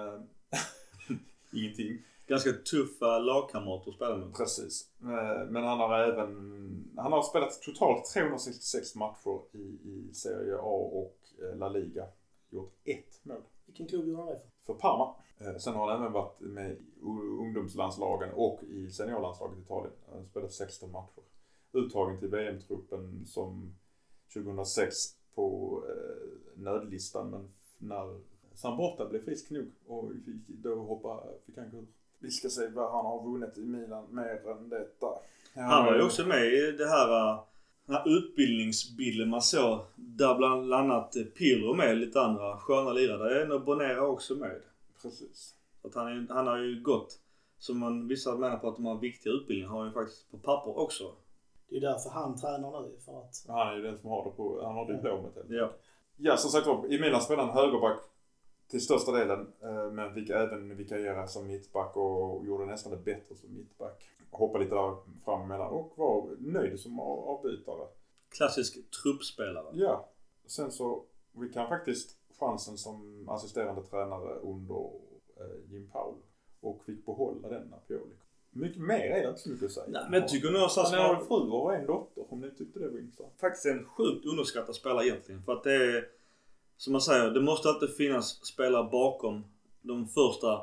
ingenting. Ganska tuffa lagkamrater att spela med. Precis. Men han har spelat totalt 366 matcher i Serie A och La Liga. Gjort 1 mål. Vilken klubb gjorde han det för Parma. Sen har han även varit med i ungdomslandslagen och i seniorlandslaget i Italien. Han har spelat 16 matcher. Uttagen till VM-truppen som 2006 på nödlistan. Men när Samborta blev frisk nog och fick han gå. Vi ska se vad han har vunnit i Milan mer än detta. Han var ju också med i det här utbildningsbilden man såg. Där bland annat Pirlo med lite andra sköna lirare. Där är nog Bonera också med. Precis. Att han har ju gått, som vissa menar på att de har viktiga utbildningar, har ju faktiskt på papper också. Det är därför han tränar nu. För att... Han är ju den som har det på, han har diplomet. Ja, som sagt var, i Milan spelar han högerback till största delen. Men fick även vikariera som mittback och gjorde nästan det bättre som mittback. Hoppade lite där fram emellan och var nöjd som avbytare. Klassisk truppspelare. Ja. Sen så, vi kan faktiskt chansen som assisterande tränare under Jim Paul och fick behålla den Pioli. Mycket mer är det inte så mycket att säga. Nej, men jag tycker nog han har en fru och en dotter, om ni tyckte det var intressant. Faktiskt en sjukt underskattad spelare egentligen. För att det är, som man säger, det måste alltid finnas spelare bakom de första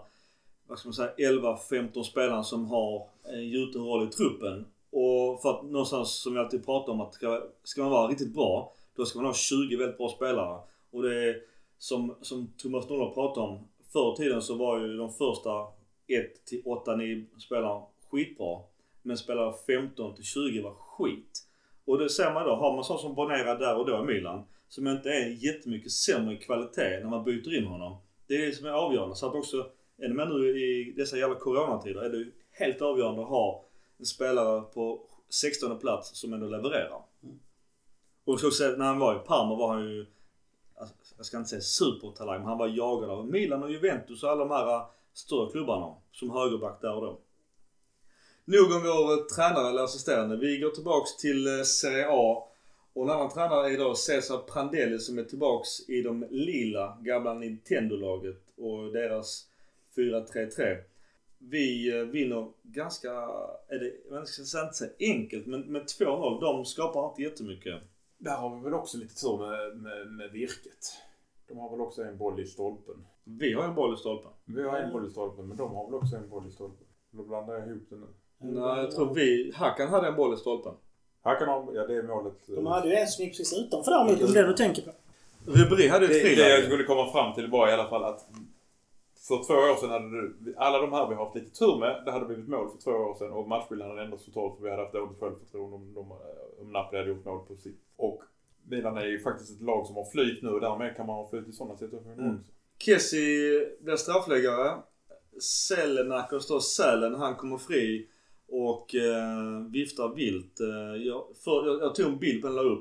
11-15 spelarna som har en gjuten roll i truppen. Och för att någonstans, som vi alltid pratar om, att ska man vara riktigt bra, då ska man ha 20 väldigt bra spelare. Och det är som Thomas Noller pratade om, förr i tiden så var ju de första 1-8-9 spelarna skitbra. Men spelare 15-20 var skit. Och det ser man då, har man sån som Bonera där och då i Milan, som inte är jättemycket sämre kvalitet när man byter in honom. Det är det som är avgörande. Så att också, ännu mer nu i dessa jävla coronatider, är det helt avgörande att ha en spelare på 16:e plats som ändå levererar. Och så när han var i Parma var han ju, jag ska inte säga supertalang, men han var jagad av Milan och Juventus och alla de här större klubbarna som högerback där och då. Nog om vår tränare eller assisterande. Vi går tillbaks till Serie A. Och en annan tränare är då Cesar Prandelli som är tillbaks i de lila gamla Nintendo-laget och deras 4-3-3. Vi vinner ganska, jag ska inte säga enkelt, men med 2-0. De skapar inte jättemycket. Där har vi väl också lite tur med virket. De har väl också en boll i stolpen. Vi har en boll i stolpen. Vi har en boll i stolpen, men de har väl också en boll i stolpen. Då blandar jag ihop det nu. Nej, jag tror Hakan hade en boll i stolpen. Hakan har, ja det är målet. De hade ju en som gick precis utanför där, om det du tänker på. Rubri hade ett friläge. Det jag skulle komma fram till var i alla fall att för 2 år sedan hade alla de här vi har haft lite tur med, det hade blivit mål för 2 år sedan och matchbilden hade ändrats totalt för vi hade haft dåligt självförtroende om Napoli hade gjort mål på sitt. Och Milan är ju faktiskt ett lag som har flyt nu och därmed kan man ha flyt i sådana situationer också. Kessie blir straffläggare. Selenaker står Sälen, han kommer fri och viftar vilt. Jag tog en bild på den la upp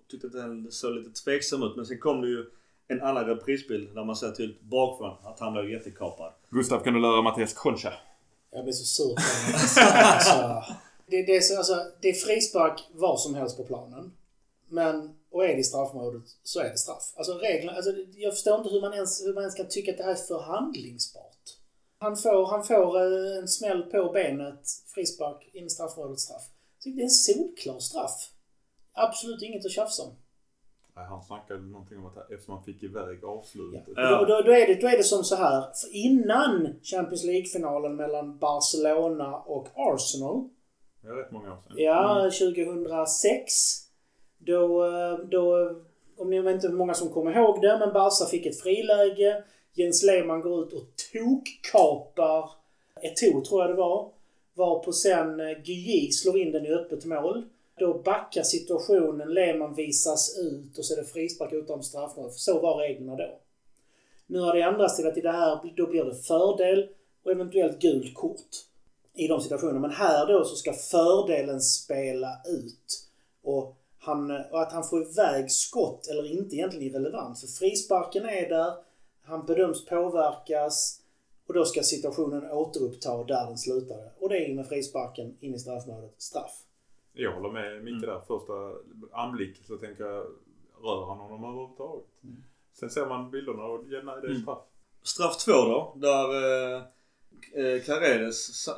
tyckte att den såg lite tveksam ut. Men sen kom det ju en annan reprisbild där man ser tydligt bakifrån att han blev jättekapad. Gustav, kan du lära Mattias Concha? Jag blir så sur på alltså, det är frispark var som helst på planen. Men, och är det i straffområdet så är det straff. Alltså reglerna, alltså, jag förstår inte hur man ens kan tycka att det här är förhandlingsbart. Han får en smäll på benet, frispark, in i straffområdet, straff. Så det är en solklar straff. Absolut inget att tjafsa om. Nej, han snackade någonting om att eftersom han fick iväg avslutet. Ja. Då är det som så här. För innan Champions League-finalen mellan Barcelona och Arsenal. Det är rätt många år sedan. Ja, 2006. Då om ni vet inte hur många som kommer ihåg det, men Barca fick ett friläge. Jens Lehmann går ut och tokkapar Eto'o, tror jag det var. Varpå sen Guy slår in den i öppet mål. Då backar situationen, Lehmann visas ut och så är det frispark utom straffområdet. Så var reglerna då. Nu har det ändrats till att i det här då blir det fördel och eventuellt gult kort i de situationerna. Men här då så ska fördelen spela ut. Och att han får iväg skott eller inte egentligen irrelevant. För frisparken är där, han bedöms påverkas och då ska situationen återuppta där den slutade. Och det är ju med frisparken in i straffområdet straff. Jag håller med Micke där. Första anblick så tänker jag, rör han honom överhuvudtaget? Sen ser man bilderna och nej, det är straff. Straff 2 då, där Caceres,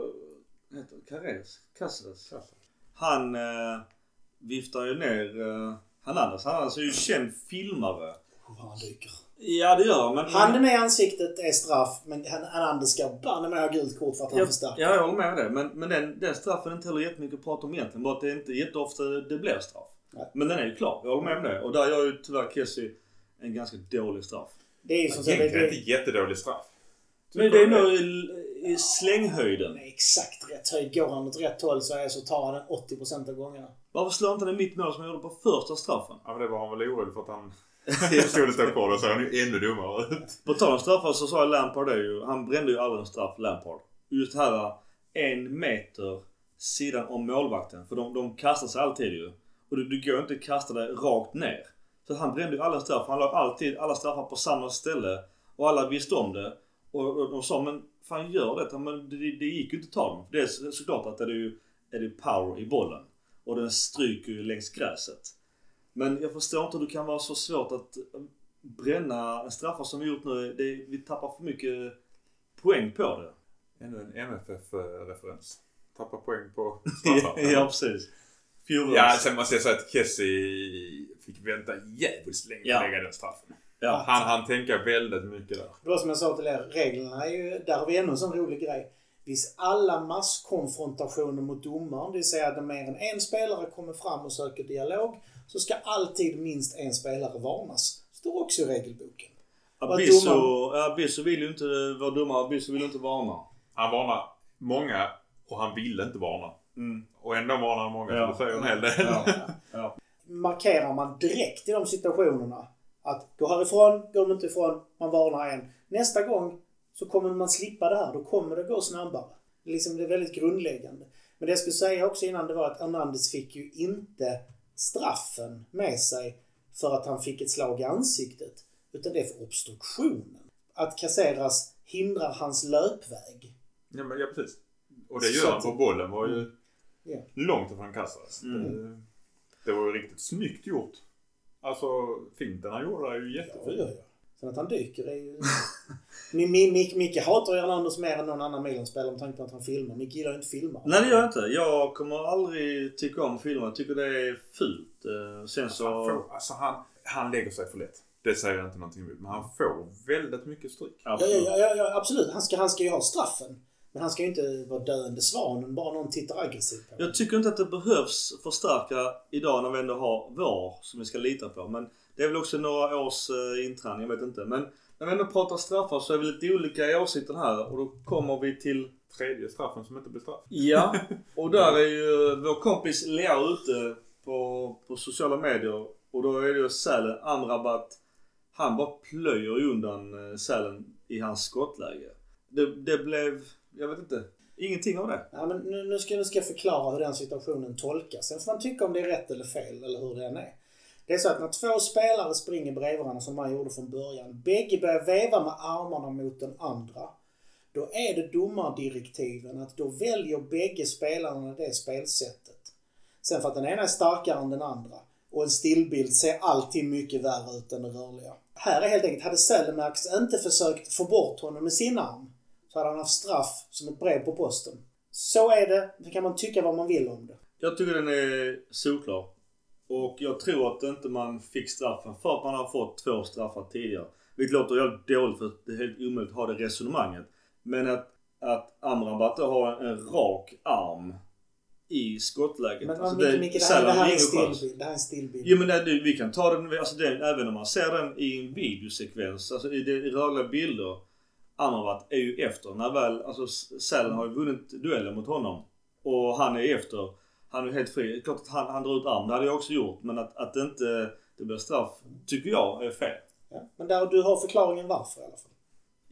han viftar ju ner Hernandez. Han är ju känd filmare. Han dyker. Ja, det gör men handen i ansiktet är straff, men Hernandez ska banna med gult kort för att han förstärker. Ja, jag håller med det. Men den straffen är inte heller jättemycket att prata om egentligen. Bara att det är inte jätteofta det blir straff. Nej. Men den är ju klar, jag håller med om det. Och där gör ju tyvärr Kessie en ganska dålig straff. Det är ju som sagt inte jättedålig straff. Men det är nog i slänghöjden. Nej, exakt rätt höjd. Går han åt rätt håll så tar han den 80% av gångerna. Varför slår inte den mitt mål som han gjorde på första straffen? Ja, men det var han väl orolig för att han skulle stå kvar och så är han ju ännu dummare ut. På tal om straffar så sa Lampard det ju. Han brände ju aldrig en straff, Lampard. Just här 1 meter sidan om målvakten. För de kastar sig alltid ju. Och du går inte kasta det rakt ner. Så han brände ju alla straffar. Han la alltid alla straffar på samma ställe. Och alla visste om det. Och de sa, men fan gör det. Men det gick ju inte att ta dem. Det är såklart att det är det power i bollen. Och den stryker ju längs gräset. Men jag förstår inte hur det kan vara så svårt att bränna en straffar som vi gjort nu. Vi tappar för mycket poäng på det. Ännu en MFF-referens. Tappar poäng på straffar. Ja, precis. Ja, sen måste jag säga att Kessie fick vänta jävligt länge att lägga den straffen. Ja. Han tänker väldigt mycket där. Det var som jag sa till er, reglerna är ju, där har vi ännu en sån rolig grej. Vis alla masskonfrontationer mot domaren, det vill säga att mer än en spelare kommer fram och söker dialog, så ska alltid minst en spelare varnas. Det står också i regelboken. Abisso vill ju inte vara domare, Abisso vill inte varna. Han varnar många och han ville inte varna. Och ändå varnar han många, så det säger en hel del. Ja. Markerar man direkt i de situationerna att gå härifrån, går de inte ifrån, man varnar en. Nästa gång så kommer man slippa det här, då kommer det gå snabbare. Det är väldigt grundläggande. Men det jag skulle säga också innan, det var att Hernandez fick ju inte straffen med sig för att han fick ett slag i ansiktet, utan det är för obstruktionen. Att Caceres hindrar hans löpväg. Ja, men precis. Och det gör han på bollen var ju långt ifrån Caceres. Det var ju riktigt snyggt gjort. Alltså, finten han gjorde är ju jättefint. Ja. Sen att han dyker är ju... Micke hatar Hernandez mer än någon annan Milan-spelare med tanke på att han filmar. Micke gillar ju inte filmar. Nej, det gör jag inte. Jag kommer aldrig tycka om filmer. Jag tycker det är fult. Sen så... Han lägger sig för lätt. Det säger jag inte någonting emot. Men han får väldigt mycket stryk. Ja, absolut. Han ska ju ha straffen. Men han ska ju inte vara döende svanen. Bara någon tittar aggressivt på. Jag tycker inte att det behövs förstärka idag när vi ändå har VAR som vi ska lita på. Men det är väl också några års inträning, jag vet inte. Men när vi ändå pratar straffar så är vi lite olika i åsikten här. Och då kommer vi till... tredje straffen som inte blir straff. Ja, och där är ju vår kompis Lea ute på sociala medier. Och då är det ju Sälen, Amrabat. Han bara plöjer undan Sälen i hans skottläge. Det blev... Jag vet inte. Ingenting av det. Ja, men nu ska jag förklara hur den situationen tolkas. Sen får man tycka om det är rätt eller fel eller hur det än är. Det är så att när två spelare springer bredvid varandra som man gjorde från början, bägge börjar veva med armarna mot den andra, då är det domardirektiven att då väljer bägge spelarna det spelsättet. Sen för att den ena är starkare än den andra. Och en stillbild ser alltid mycket värre ut än det rörliga. Här är helt enkelt, hade Sälemarks inte försökt få bort honom med sin arm, så hade han haft straff som ett brev på posten. Så är det. Det kan man tycka vad man vill om det. Jag tycker den är solklar. Och jag tror att inte man fick straffen för att man har fått 2 straffar tidigare. Vilket låter helt dåligt för det är helt omöjligt att ha det resonemanget. Men att Amrabat har en rak arm i skottläget. Men alltså det här är en stillbild. Jo, men vi kan ta den, alltså även om man ser den i en videosekvens, alltså i rörliga bilder. Amrabat är ju efter. När väl, alltså Sälen har ju vunnit duellen mot honom. Och han är efter. Han är helt fri. Klart att han drar ut arm. Det hade jag också gjort. Men att inte det blir straff tycker jag är fel. Ja, men där du har förklaringen varför i alla fall.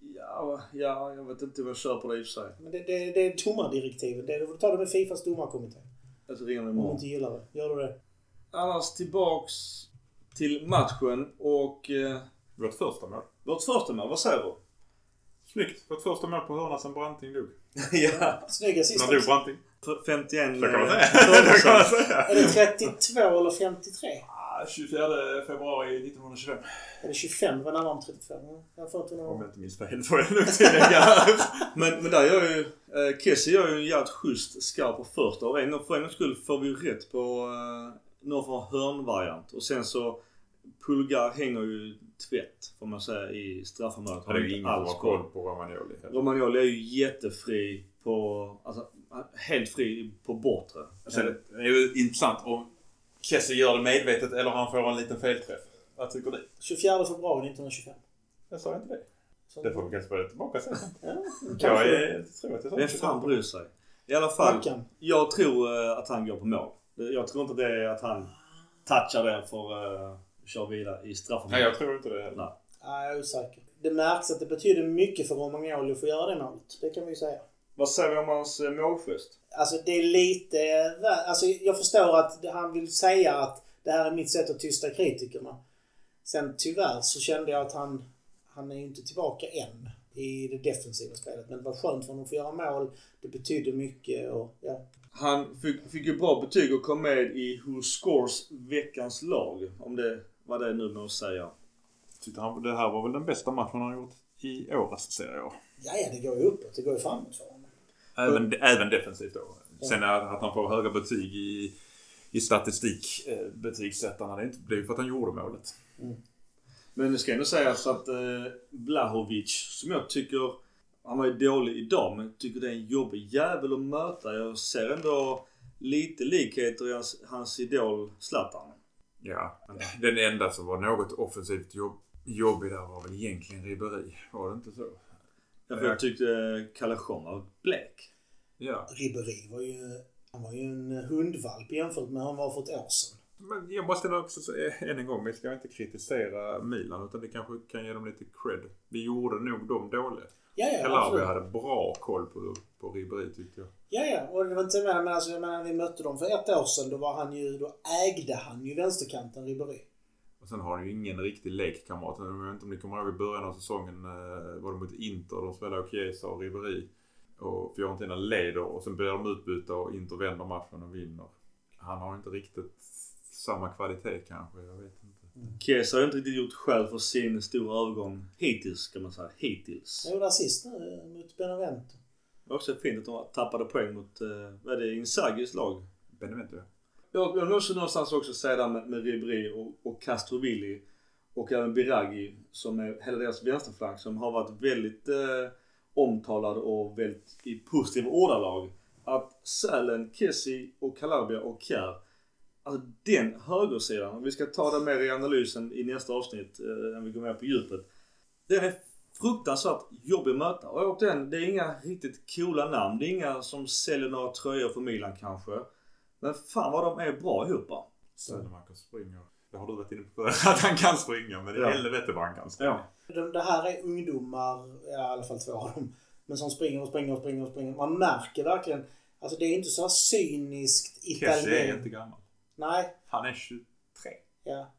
Ja, jag vet inte vad jag kör på det i och för sig. Men det är domardirektiven. Du får ta det med FIFAs domarkommitté. Jag ska ringa mig imorgon. imorgon. Om du inte gillar det. Gör du det? Annars tillbaks till matchen och... Vårt första mål. Vad säger du? Snyggt. Vårt första mål på hörna sen Branting dog. Ja. Snygga sista. När dog Branting? 51... Så kan man säga. Är det 32 eller 53? 24 februari 1925. Är det 25? Vad närmare om 35? Jag får inte någon... Om jag inte minns fel får jag nog tillägga. men där gör ju... Kessie gör ju en jävligt schysst skarp på första. Och för en skull får vi ju rätt på någon från hörnvariant. Och sen så... Pulgar hänger ju tvätt, får man säga, i straffområdet. Han är ju ingen alls koll på Romagnoli. Romagnoli är ju jättefri på... Alltså, helt fri på bortre. Sen är det ju intressant om Kessie gör det medvetet eller han får en liten felträff. Vad tycker du? 24 februari 1925. Jag sa inte det. Så det får vi kanske börja tillbaka sen. Ja, jag tror att jag sa det. Fan bryr sig. I alla fall, Mackan. jag tror att han går på mål. Jag tror inte det är att han touchar den för kör vidare i straffområdet. Nej, jag tror inte det heller. Nej, jag är osäker. Det märks att det betyder mycket för Romagnoli att få göra det målet. Det kan vi ju säga. Vad säger vi om hans målgest? Alltså det är lite... Alltså jag förstår att han vill säga att det här är mitt sätt att tysta kritikerna. Sen tyvärr så kände jag att han är ju inte tillbaka än i det defensiva spelet. Men det var skönt för honom att få göra mål. Det betydde mycket och ja. Han fick ju bra betyg och kom med i Who Scores veckans lag. Om det var det nu med att säga. Det här var väl den bästa matchen han har gjort i årets serie. Ja, det går ju uppåt. Det går ju framåt för honom. Även defensivt då. Sen att han får höga betyg i statistik betygssättarna. Det blir ju för att han gjorde målet. Mm. Men det ska ändå sägas att Vlahovic, som jag tycker, han var ju dålig idag, men jag tycker det är en jobbig jävel att möta. Jag ser ändå lite likheter i hans idol Zlatan. Ja, den enda som var något offensivt jobbig där var väl egentligen Ribéry. Var det inte så? Jag tyckte Kalachon var blek. Ja. Ribéry var ju en hundvalp jämfört med han var för ett år sedan. Men jag måste också säga än en gång, vi ska inte kritisera Milan utan vi kanske kan ge dem lite cred. Vi gjorde nog dem dåliga. Ja, vi hade bra koll på Ribéry tyckte jag. Ja, och det var inte med, men alltså, jag menar, vi mötte dem för ett år sedan, då ägde han ju vänsterkanten Ribéry. Och sen har han ju ingen riktig lekkamrat. Jag vet inte om ni kommer ihåg i början av säsongen var det mot Inter, de spelade Chiesa och Ribéry. Och Fiorentina leder och sen blir de utbyta och Inter vänder matchen och vinner. Han har inte riktigt samma kvalitet kanske, jag vet inte. Chiesa har inte riktigt gjort själv för sin stora övergång hittills, kan man säga. Hittills. Jag gjorde assist nu mot Benevento. Det var också fint att de tappade poäng mot, vad är det, Inzagis lag? Benevento, ja. Jag måste någonstans också säga där med Ribéry och Castrovilli och även Biraghi, som är hela deras vänsterflank, som har varit väldigt omtalad och väldigt i positiva ordalag. Att Sälen, Kessie och Calabria och Kjär, alltså den högersidan, om vi ska ta det mer i analysen i nästa avsnitt när vi går med på djupet, den är fruktansvärt jobbig att möta. Och återigen, det är inga riktigt coola namn, det är inga som säljer några tröjor för Milan kanske, men fan vad de är bra ihop. Sälemark springer. Det har du varit inne på att han kan springa, men det är helvete vad han kan springa. Ja. Det här är ungdomar, i alla fall 2 av dem, men som springer. Man märker verkligen, alltså det är inte så cyniskt italienskt. Kessie är inte gammal. Nej. Han är 23. Ja.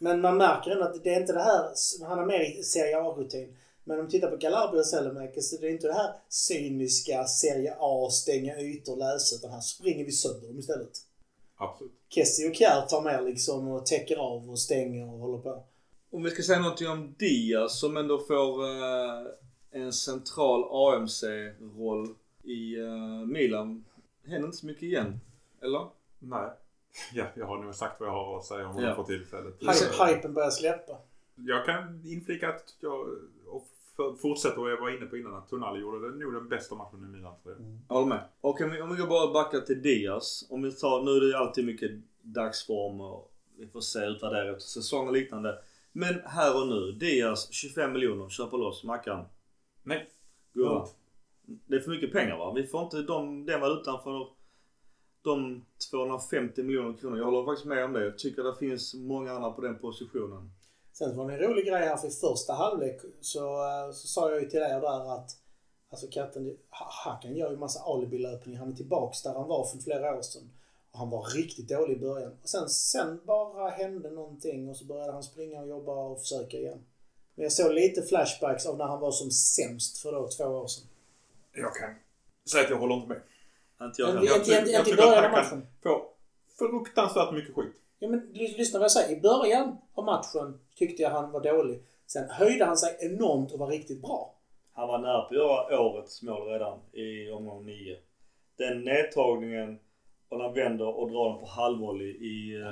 Men man märker ändå att det är inte det här, han har mer i Serie A-rutin. Men om du tittar på Calabria och Sellemäki så det är inte det här cyniska Serie A, stänga ytor, läsa, utan här springer vi sönder dem istället. Absolut. Kessie och Kjär tar med liksom och täcker av och stänger och håller på. Om vi ska säga något om Diaz som ändå får en central AMC-roll i Milan. Händer inte så mycket igen, eller? Nej. Ja, jag har nog sagt vad jag har att säga om honom för tillfället. Hypen börjar släppa. Jag kan inflika att jag fortsätter vad jag var inne på innan, att Tonali gjorde det nog den bästa matchen i Milan. Jag håller med. Och om vi går bara backa till Diaz. Om vi tar, nu är det alltid mycket dagsform och vi får se utvärdera efter säsong och liknande. Men här och nu, Diaz 25 miljoner, köper loss Mackan. Nej. Gurra. Det är för mycket pengar, va? Vi får inte den valutan för de 250 miljoner kronor. Jag håller faktiskt med om det. Jag tycker det finns många andra på den positionen. Sen var det en rolig grej här för första halvlek så sa jag ju till dig där att alltså katten, Hakan gör ju massa alibi-löpning. Han är tillbaks där han var för flera år sedan. Och han var riktigt dålig i början. Och sen bara hände någonting och så började han springa och jobba och försöka igen. Men jag såg lite flashbacks av när han var som sämst för då 2 år sedan. Jag kan säga att jag håller inte med. Inte jag inte i början av matchen. Får fruktansvärt mycket skit. Ja, men lyssna vad jag säger. I början av matchen tyckte jag han var dålig. Sen höjde han sig enormt och var riktigt bra. Han var nära på att göra årets mål redan i omgång 9. Den nedtagningen och han vänder och drar den på halvvolley i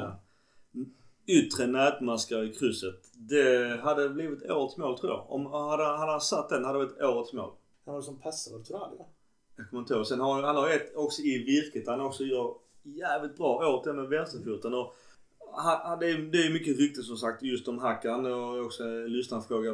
yttre nätmaskar i krysset. Det hade blivit årets mål tror jag. Om han satt den hade det blivit årets mål. Han var som passade Tonali, va? Jag kommer inte ihåg. Sen har han ett också i virket. Han också gör jävligt bra åt det med vänsterfoten. Och det är mycket rykte som sagt just om Hakan. Och också en lyssnarfråga.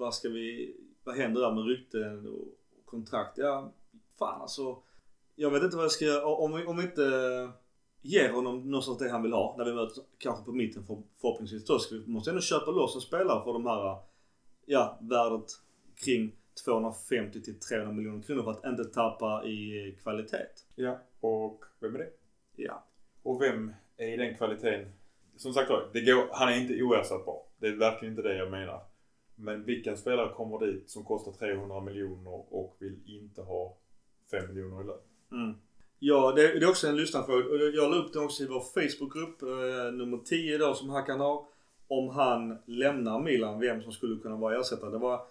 Vad händer där med rykten och kontrakt? Ja, fan alltså. Jag vet inte vad jag ska göra. Om vi inte ger honom någonstans det han vill ha. När vi möter kanske på mitten förhoppningsvis. Då måste vi ändå köpa loss och spela för de här värdet kring 250 till 300 miljoner kronor för att inte tappa i kvalitet. Ja, och vem är det? Ja. Och vem är i den kvaliteten? Som sagt, han är inte oersättbar. Det är verkligen inte det jag menar. Men vilken spelare kommer dit som kostar 300 miljoner och vill inte ha 5 miljoner i lön? Mm. Ja, det är också en lyssnarfråga. Jag la upp det också i vår Facebookgrupp nummer 10 då som han kan ha. Om han lämnar Milan, vem som skulle kunna vara ersättare. Det var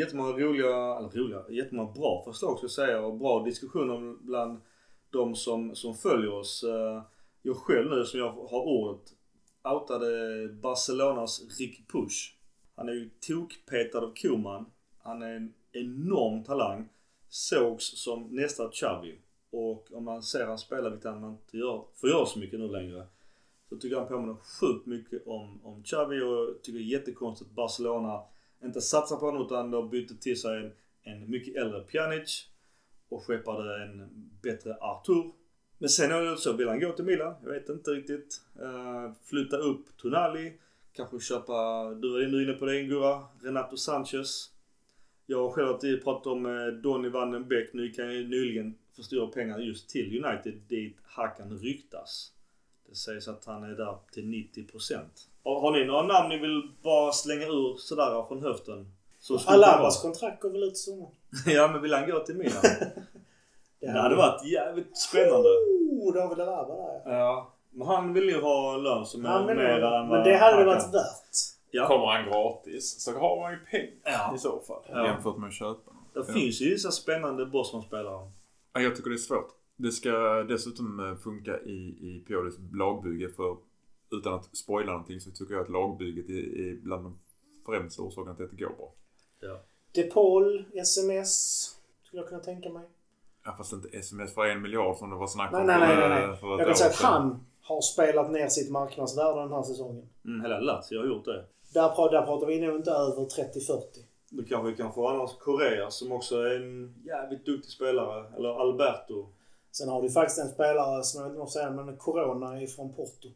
jättemånga bra förslag ska jag säga och bra diskussioner bland de som följer oss. Jag själv nu som jag har ordet outade Barcelonas Rick Push. Han är ju tokpetad av Koeman. Han är en enorm talang. Sågs som nästa Xavi. Och om man ser han spela vilket han inte får göra så mycket nu längre. Så tycker han påminner sjukt mycket om Xavi och tycker det är jättekonstigt att Barcelona inte satsar på honom utan de bytte till sig en mycket äldre Pjanic och skeppade en bättre Artur. Men sen är det så, vill han gå till Milan? Jag vet inte riktigt. Flytta upp Tonali. Kanske köpa, du var inne på det Gurra, Renato Sanchez. Jag har själv pratat om Donny van den Beek. Nu kan jag nyligen förstöra pengar just till United dit Hakan ryktas. Det sägs att han är där till 90%. Har ni några namn ni vill bara slänga ur sådär från höften? Alabas kontrakt går väl ut så. Ja, men vill han gå till Milan? Det hade varit jävligt spännande. Det har väl Alaba där. Ja, men han vill ju ha lön som är mer än vad men det hade det varit värt. Ja. Kommer han gratis så har man ju pengar i så fall. Jämfört med att köpa. Det finns ju vissa spännande Bosman-spelare. Ja, jag tycker det är svårt. Det ska dessutom funka i Piolis lagbygge för utan att spoila någonting så tycker jag att lagbygget är bland de främsta orsakerna till att det går bra. Ja. DePaul, SMS skulle jag kunna tänka mig. Ja, fast inte SMS för 1 miljard som det var snack om. Nej. Jag kan säga att han har spelat ner sitt marknadsvärde den här säsongen. Hela Lazio har gjort det. Där pratar vi nog inte över 30-40. Då kanske vi kan få annars Correa som också är en jävligt duktig spelare. Eller Alberto. Sen har du faktiskt en spelare som jag vet inte vad säga men Corona är från Porto.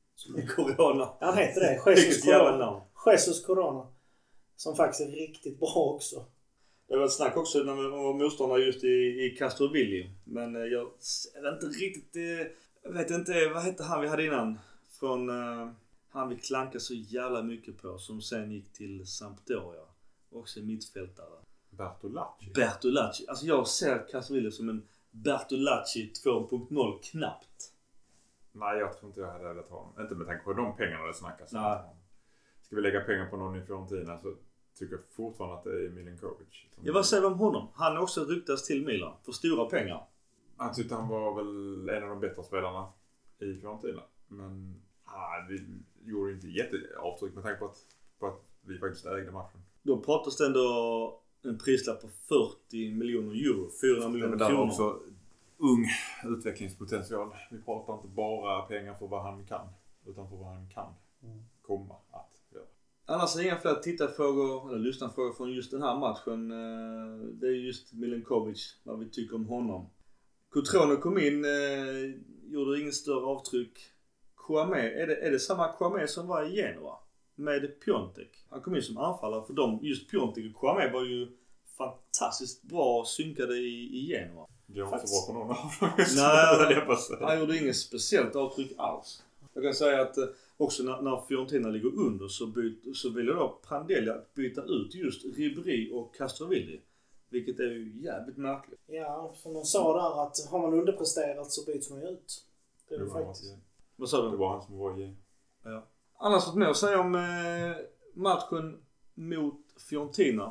Corona. Han heter det. Jesus Corona. Som faktiskt är riktigt bra också. Det var ett snack också när vi var motståndare just i Castrovilli. Men jag vet inte riktigt... Jag vet inte, vad hette han vi hade innan? Från... han vi klankar så jävla mycket på som sen gick till Sampdoria. Också mittfältare. Bertolacci. Alltså jag ser Castrovilli som en Bertolacci 2.0 knappt. Nej, jag tror inte jag hade velat ha honom. Inte med tanke på de pengarna det snackas om. Ska vi lägga pengar på någon i Fiorentina så tycker jag fortfarande att det är Milinkovic. Ja, vad säger vi om honom? Han är också ryktas till Milan för stora pengar. Jag tyckte han var väl en av de bättre spelarna i Fiorentina. Men vi gjorde inte jätteavtryck med tanke på att vi faktiskt ägde matchen. Då pratas det ändå en prislapp på 40 miljoner euro. 400 miljoner kronor. Men också ung utvecklingspotential. Vi pratar inte bara pengar för vad han kan. Utan för vad han kan komma att göra. Annars är det inga fler tittarfrågor eller lyssnarfrågor från just den här matchen. Det är just Milinkovic, vad vi tycker om honom. Cotrone kom in, gjorde ingen större avtryck. Kouamé, är det samma Kouamé som var i Genoa? Med Piontek. Han kom in som anfallare för dem. Just Piontek och Kouamé var ju fantastiskt bra synkade i Genoa. Det var inte så bra för någon av dem. Nej, han gjorde inget speciellt avtryck alls. Jag kan säga att också när Fiorentina ligger under så vill jag då Prandelli att byta ut just Ribéry och Castrovilli. Vilket är ju jävligt märkligt. Ja, som de sa där att har man underpresterat så byts man ju ut. Det är faktiskt. Vad sa du? Det var han som var i. Ja. Annars något mer att säga om matchen mot Fiorentina.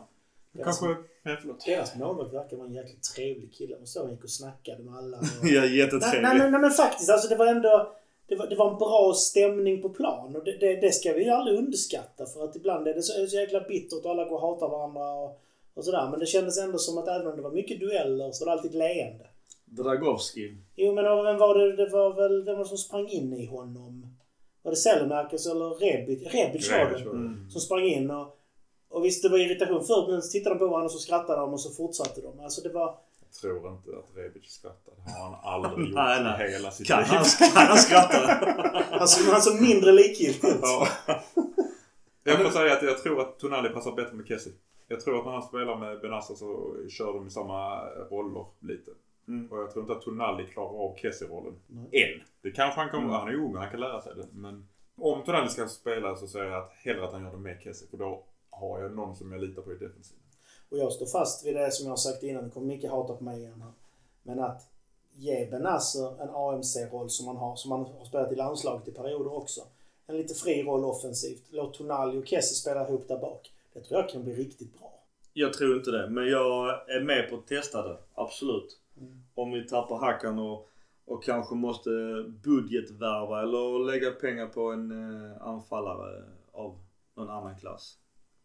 Deras målvakt verkar vara en jäkligt trevlig kille. Man såg han gick och snackade med alla. Ja, jättetrevlig. Nej, men faktiskt, alltså det var ändå... Det var en bra stämning på plan och det ska vi ju aldrig underskatta för att ibland är det så jäkla bittert och alla går och hatar varandra och sådär. Men det kändes ändå som att även om det var mycket dueller så var det alltid leende. Dragowski. Jo, men vem var det? Det var väl vem var det som sprang in i honom? Var det Sellemarkers eller Rebic var det som sprang in och visst det var irritation förut men så tittade de på varandra och så skrattade de och så fortsatte de. Alltså det var... Jag tror inte att Rebic skrattade. Det har han aldrig gjort i hela sitt liv. Kan han skratta? Han såg mindre likgiltigt ut. Ja. Jag får säga att jag tror att Tonali passar bättre med Kessie. Jag tror att när han spelar med Benassa så kör de i samma roller lite. Och jag tror inte att Tonali klarar av Kessie-rollen än. Det kanske han kommer, han är ung och han kan lära sig det. Men om Tonali ska spela så säger jag att hellre att han gör det med Kessie. För då har jag någon som jag litar på i defensiven. Och jag står fast vid det som jag har sagt innan. Det kommer mycket hata på mig igen här. Men att ge Benassa en AMC-roll som man har spelat i landslaget i perioder också. En lite fri roll offensivt. Låt Tonali och Kessie spela ihop där bak. Det tror jag kan bli riktigt bra. Jag tror inte det. Men jag är med på att testa det. Absolut. Om vi tappar Hakan och kanske måste budgetvärva eller lägga pengar på en anfallare av någon annan klass.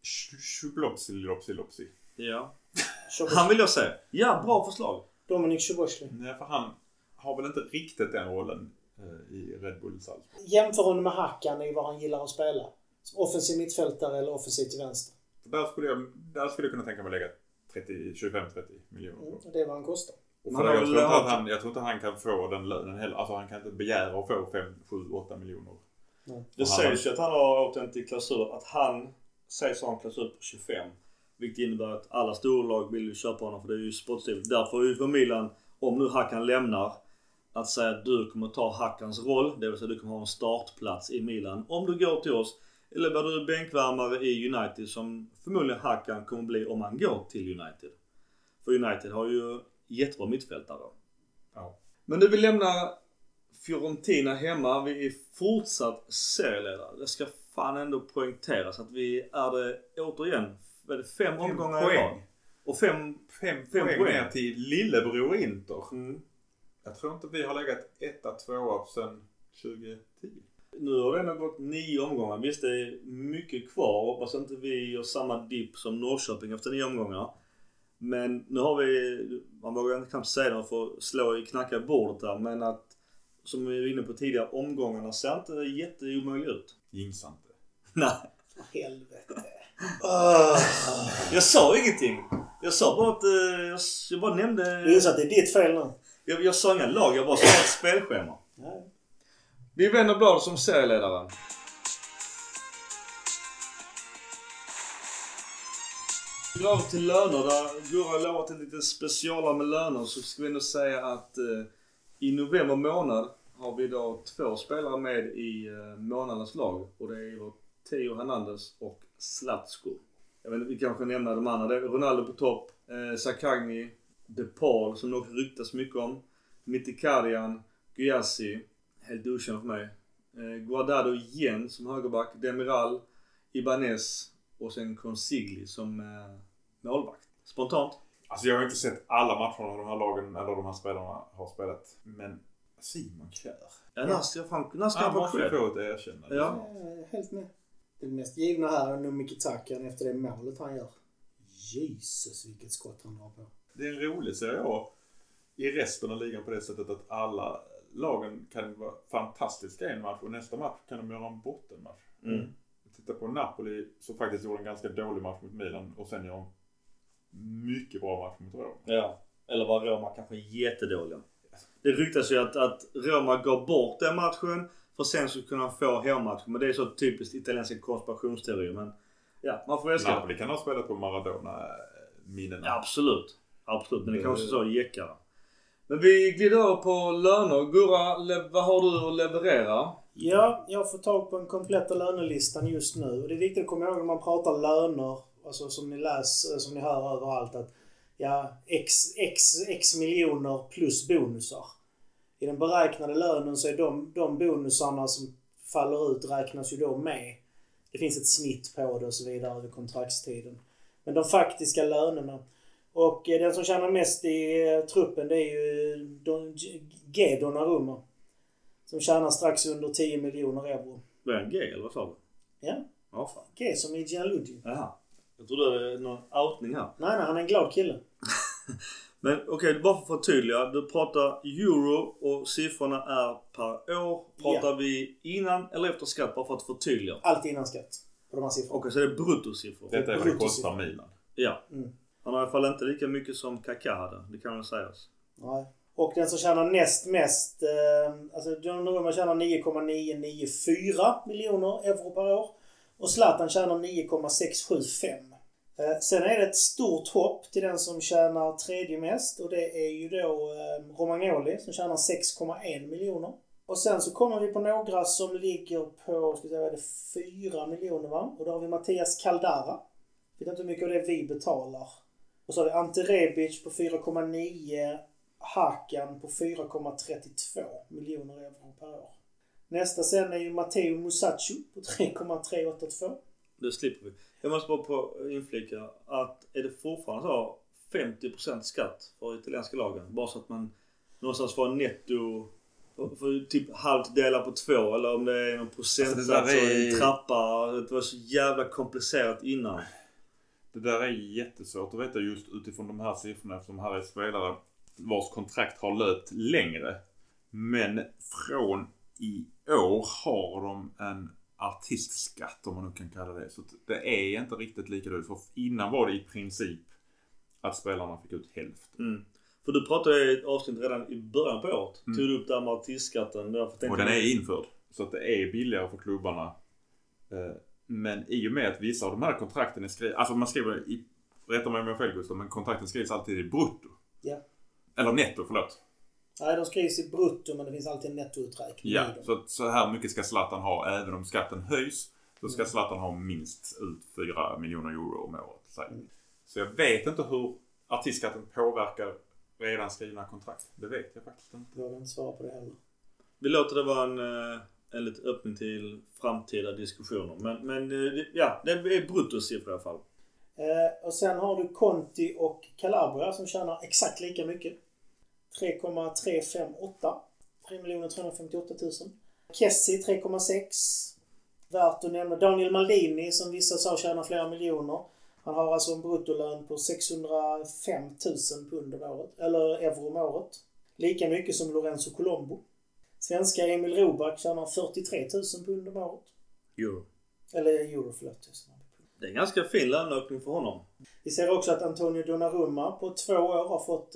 Lopsi. Ja. Han vill jag säga. Ja, bra förslag. Dominik Szoboszlai. Nej, för han har väl inte riktigt den rollen i Red Bull Salzburg. Jämför honom med Hakan i vad han gillar att spela. Som offensiv mittfältare eller offensiv till vänster. Där skulle jag kunna tänka mig att lägga 25-30 miljoner. Det är vad han kostar. Och jag tror inte han kan få den lönen heller. Alltså han kan inte begära att få 5, 7, 8 miljoner. Det sägs ju att han har autentisk klausul. Att han sägs ha en klausul på 25. Vilket innebär att alla storlag vill ju köpa honom för det är ju sportstil. Därför är ju för Milan, om nu Hakan lämnar, att säga att du kommer ta Hakans roll. Det vill säga att du kommer ha en startplats i Milan. Om du går till oss. Eller blir du bänkvärmare i United som förmodligen Hakan kommer bli om han går till United. För United har ju jättebra mittfältare. Ja. Men nu vill lämna Fiorentina hemma. Vi är fortsatt serieledare. Det ska fan ändå poängteras att vi är det återigen. Är det 5 omgångar i rad? Och 5 poäng ner till lillebror Inter. Jag tror inte vi har legat 1-2 sedan 2010. Nu har det ändå gått 9 omgångar. Visst, det är mycket kvar. Hoppas inte vi gör samma dipp som Norrköping efter 9 omgångar. Men nu har vi, man vågar inte knappt säga det för att slå i knacka bordet där. Men att, som vi var inne på tidigare, omgångarna ser inte jätteomöjligt ut. Jinx inte. Nej. Helvete. Jag sa ingenting. Jag sa bara att jag bara nämnde... Du sa att det är ditt fel nu. Jag sa inga lag, jag bara sa ett spelschema. Nej. Vi vänder blad som serieledare. Vi går över till löner. Där Gurra lovat en lite specialare med löner. Så ska vi ändå säga att i november månad har vi då 2 spelare med i månadens lag. Och det är Theo Hernandez och Zlatko. Jag vet inte, vi kanske nämner de andra. Det är Ronaldo på topp. Sakagni, DePaul som nog ryktas mycket om. Mkhitaryan, Guiassi. Helt okänd för mig. Guardado igen som högerback. Demiral, Ibanez och sen Consigli som målvakt. Spontant. Alltså jag har inte sett alla matcher av de här lagen eller de här spelarna har spelat. Men Simon Kjär. Ja, när ska han måste få ett erkännande. Ja. Helt med. Det mest givna här är nog Mkhitaryan efter det målet han gör. Jesus, vilket skott han drar på. Det är en rolig serie A i resten av ligan på det sättet att alla lagen kan vara fantastiska i en match och nästa match kan de göra en bottenmatch. Titta på Napoli som faktiskt gjorde en ganska dålig match mot Milan och sen gör en mycket bra match mot Roma. Ja, eller var Roma kanske jättedåliga. Det ryktas ju att Roma går bort den matchen för sen så kunna få hemmatchen. Men det är så typiskt italienska konspirationsteorier. Men ja, man får älska. Napoli kan ha spelat på Maradona-minnena. Ja, absolut. Men det kanske så jäckar. Men vi glider över på löner. Gurra, vad har du att leverera? Ja, jag får tag på en kompletta lönelistan just nu. Och det är viktigt att komma ihåg när man pratar löner, alltså som ni hör överallt, att ja, x miljoner plus bonusar. I den beräknade lönen så är de bonusarna som faller ut räknas ju då med. Det finns ett snitt på det och så vidare över kontraktstiden. Men de faktiska lönerna. Och den som tjänar mest i truppen det är ju G. Donnarumma. Som tjänar strax under 10 miljoner euro. Vad är en G eller vad sa du? Ja. Ja, fan. G som i Gianluigi. Jaha. Jag trodde det var någon outning här. Nej, han är en glad kille. Men okej, bara för att förtydliga. Du pratar euro och siffrorna är per år. Pratar vi innan eller efter skatt bara för att förtydliga? Allt innan skatt på de här siffrorna. Okej, så det är bruttosiffror. Detta är vad det kostar Milan. Ja. Han har i alla fall inte lika mycket som Kaká hade. Det kan väl sägas. Nej. Och den som tjänar näst mest, alltså Donnarumma tjänar 9,994 miljoner euro per år. Och Zlatan tjänar 9,675. Sen är det ett stort hopp till den som tjänar tredje mest. Och det är ju då Romagnoli som tjänar 6,1 miljoner. Och sen så kommer vi på några som ligger på, ska jag säga, 4 miljoner va? Och då har vi Mattias Caldara. Jag vet inte hur mycket av det vi betalar. Och så har vi Ante Rebic på 4,9. Hakan på 4,32 miljoner euro per år. Nästa sen är ju Matteo Musacchio på 3,382. Det slipper vi. Jag måste bara på inflika att är det fortfarande så 50% skatt för italienska lagen. Bara så att man någonstans får en netto för typ halvt dela på 2 eller om det är någon procentsats alltså en trappa. Det var så jävla komplicerat innan. Det där är jättesvårt att veta just utifrån de här siffrorna eftersom här är spelare vars kontrakt har löpt längre. Men från i år har de en artistskatt om man nu kan kalla det. Så det är inte riktigt lika dyrt. För innan var det i princip att spelarna fick ut hälften. För du pratade i ett avsnitt redan i början på året. Tog du upp där med artistskatten. Och den är införd. Så att det är billigare för klubbarna. Men i och med att vissa av de här kontrakten är skrivna. Alltså man skriver rätta mig om jag fel Gustav. Men kontrakten skrivs alltid i brutto. Ja. Eller netto, förlåt. Nej, de skrivs i brutto men det finns alltid en nettouträkning. Ja, så här mycket ska Zlatan ha. Även om skatten höjs så ska Zlatan ha minst ut 4 miljoner euro om året. Så jag vet inte hur artistskatten påverkar redan skrivna kontrakt. Det vet jag faktiskt inte. Jag vill inte svara på det heller. Vi låter det vara en liten öppning till framtida diskussioner. Men ja, det är bruttosiffror i alla fall. Och sen har du Conti och Calabria som tjänar exakt lika mycket. 3,358. 3 358 000. Kessie 3,6. Värt att nämna Daniel Maldini som vissa sa tjänar flera miljoner. Han har alltså en bruttolön på 605 000 pund om året. Eller euro om året. Lika mycket som Lorenzo Colombo. Svenska Emil Roback tjänar 43 000 pund om året. Euro. Eller euro, förlåt. Det är en ganska fin löneökning för honom. Vi ser också att Antonio Donnarumma på 2 år har fått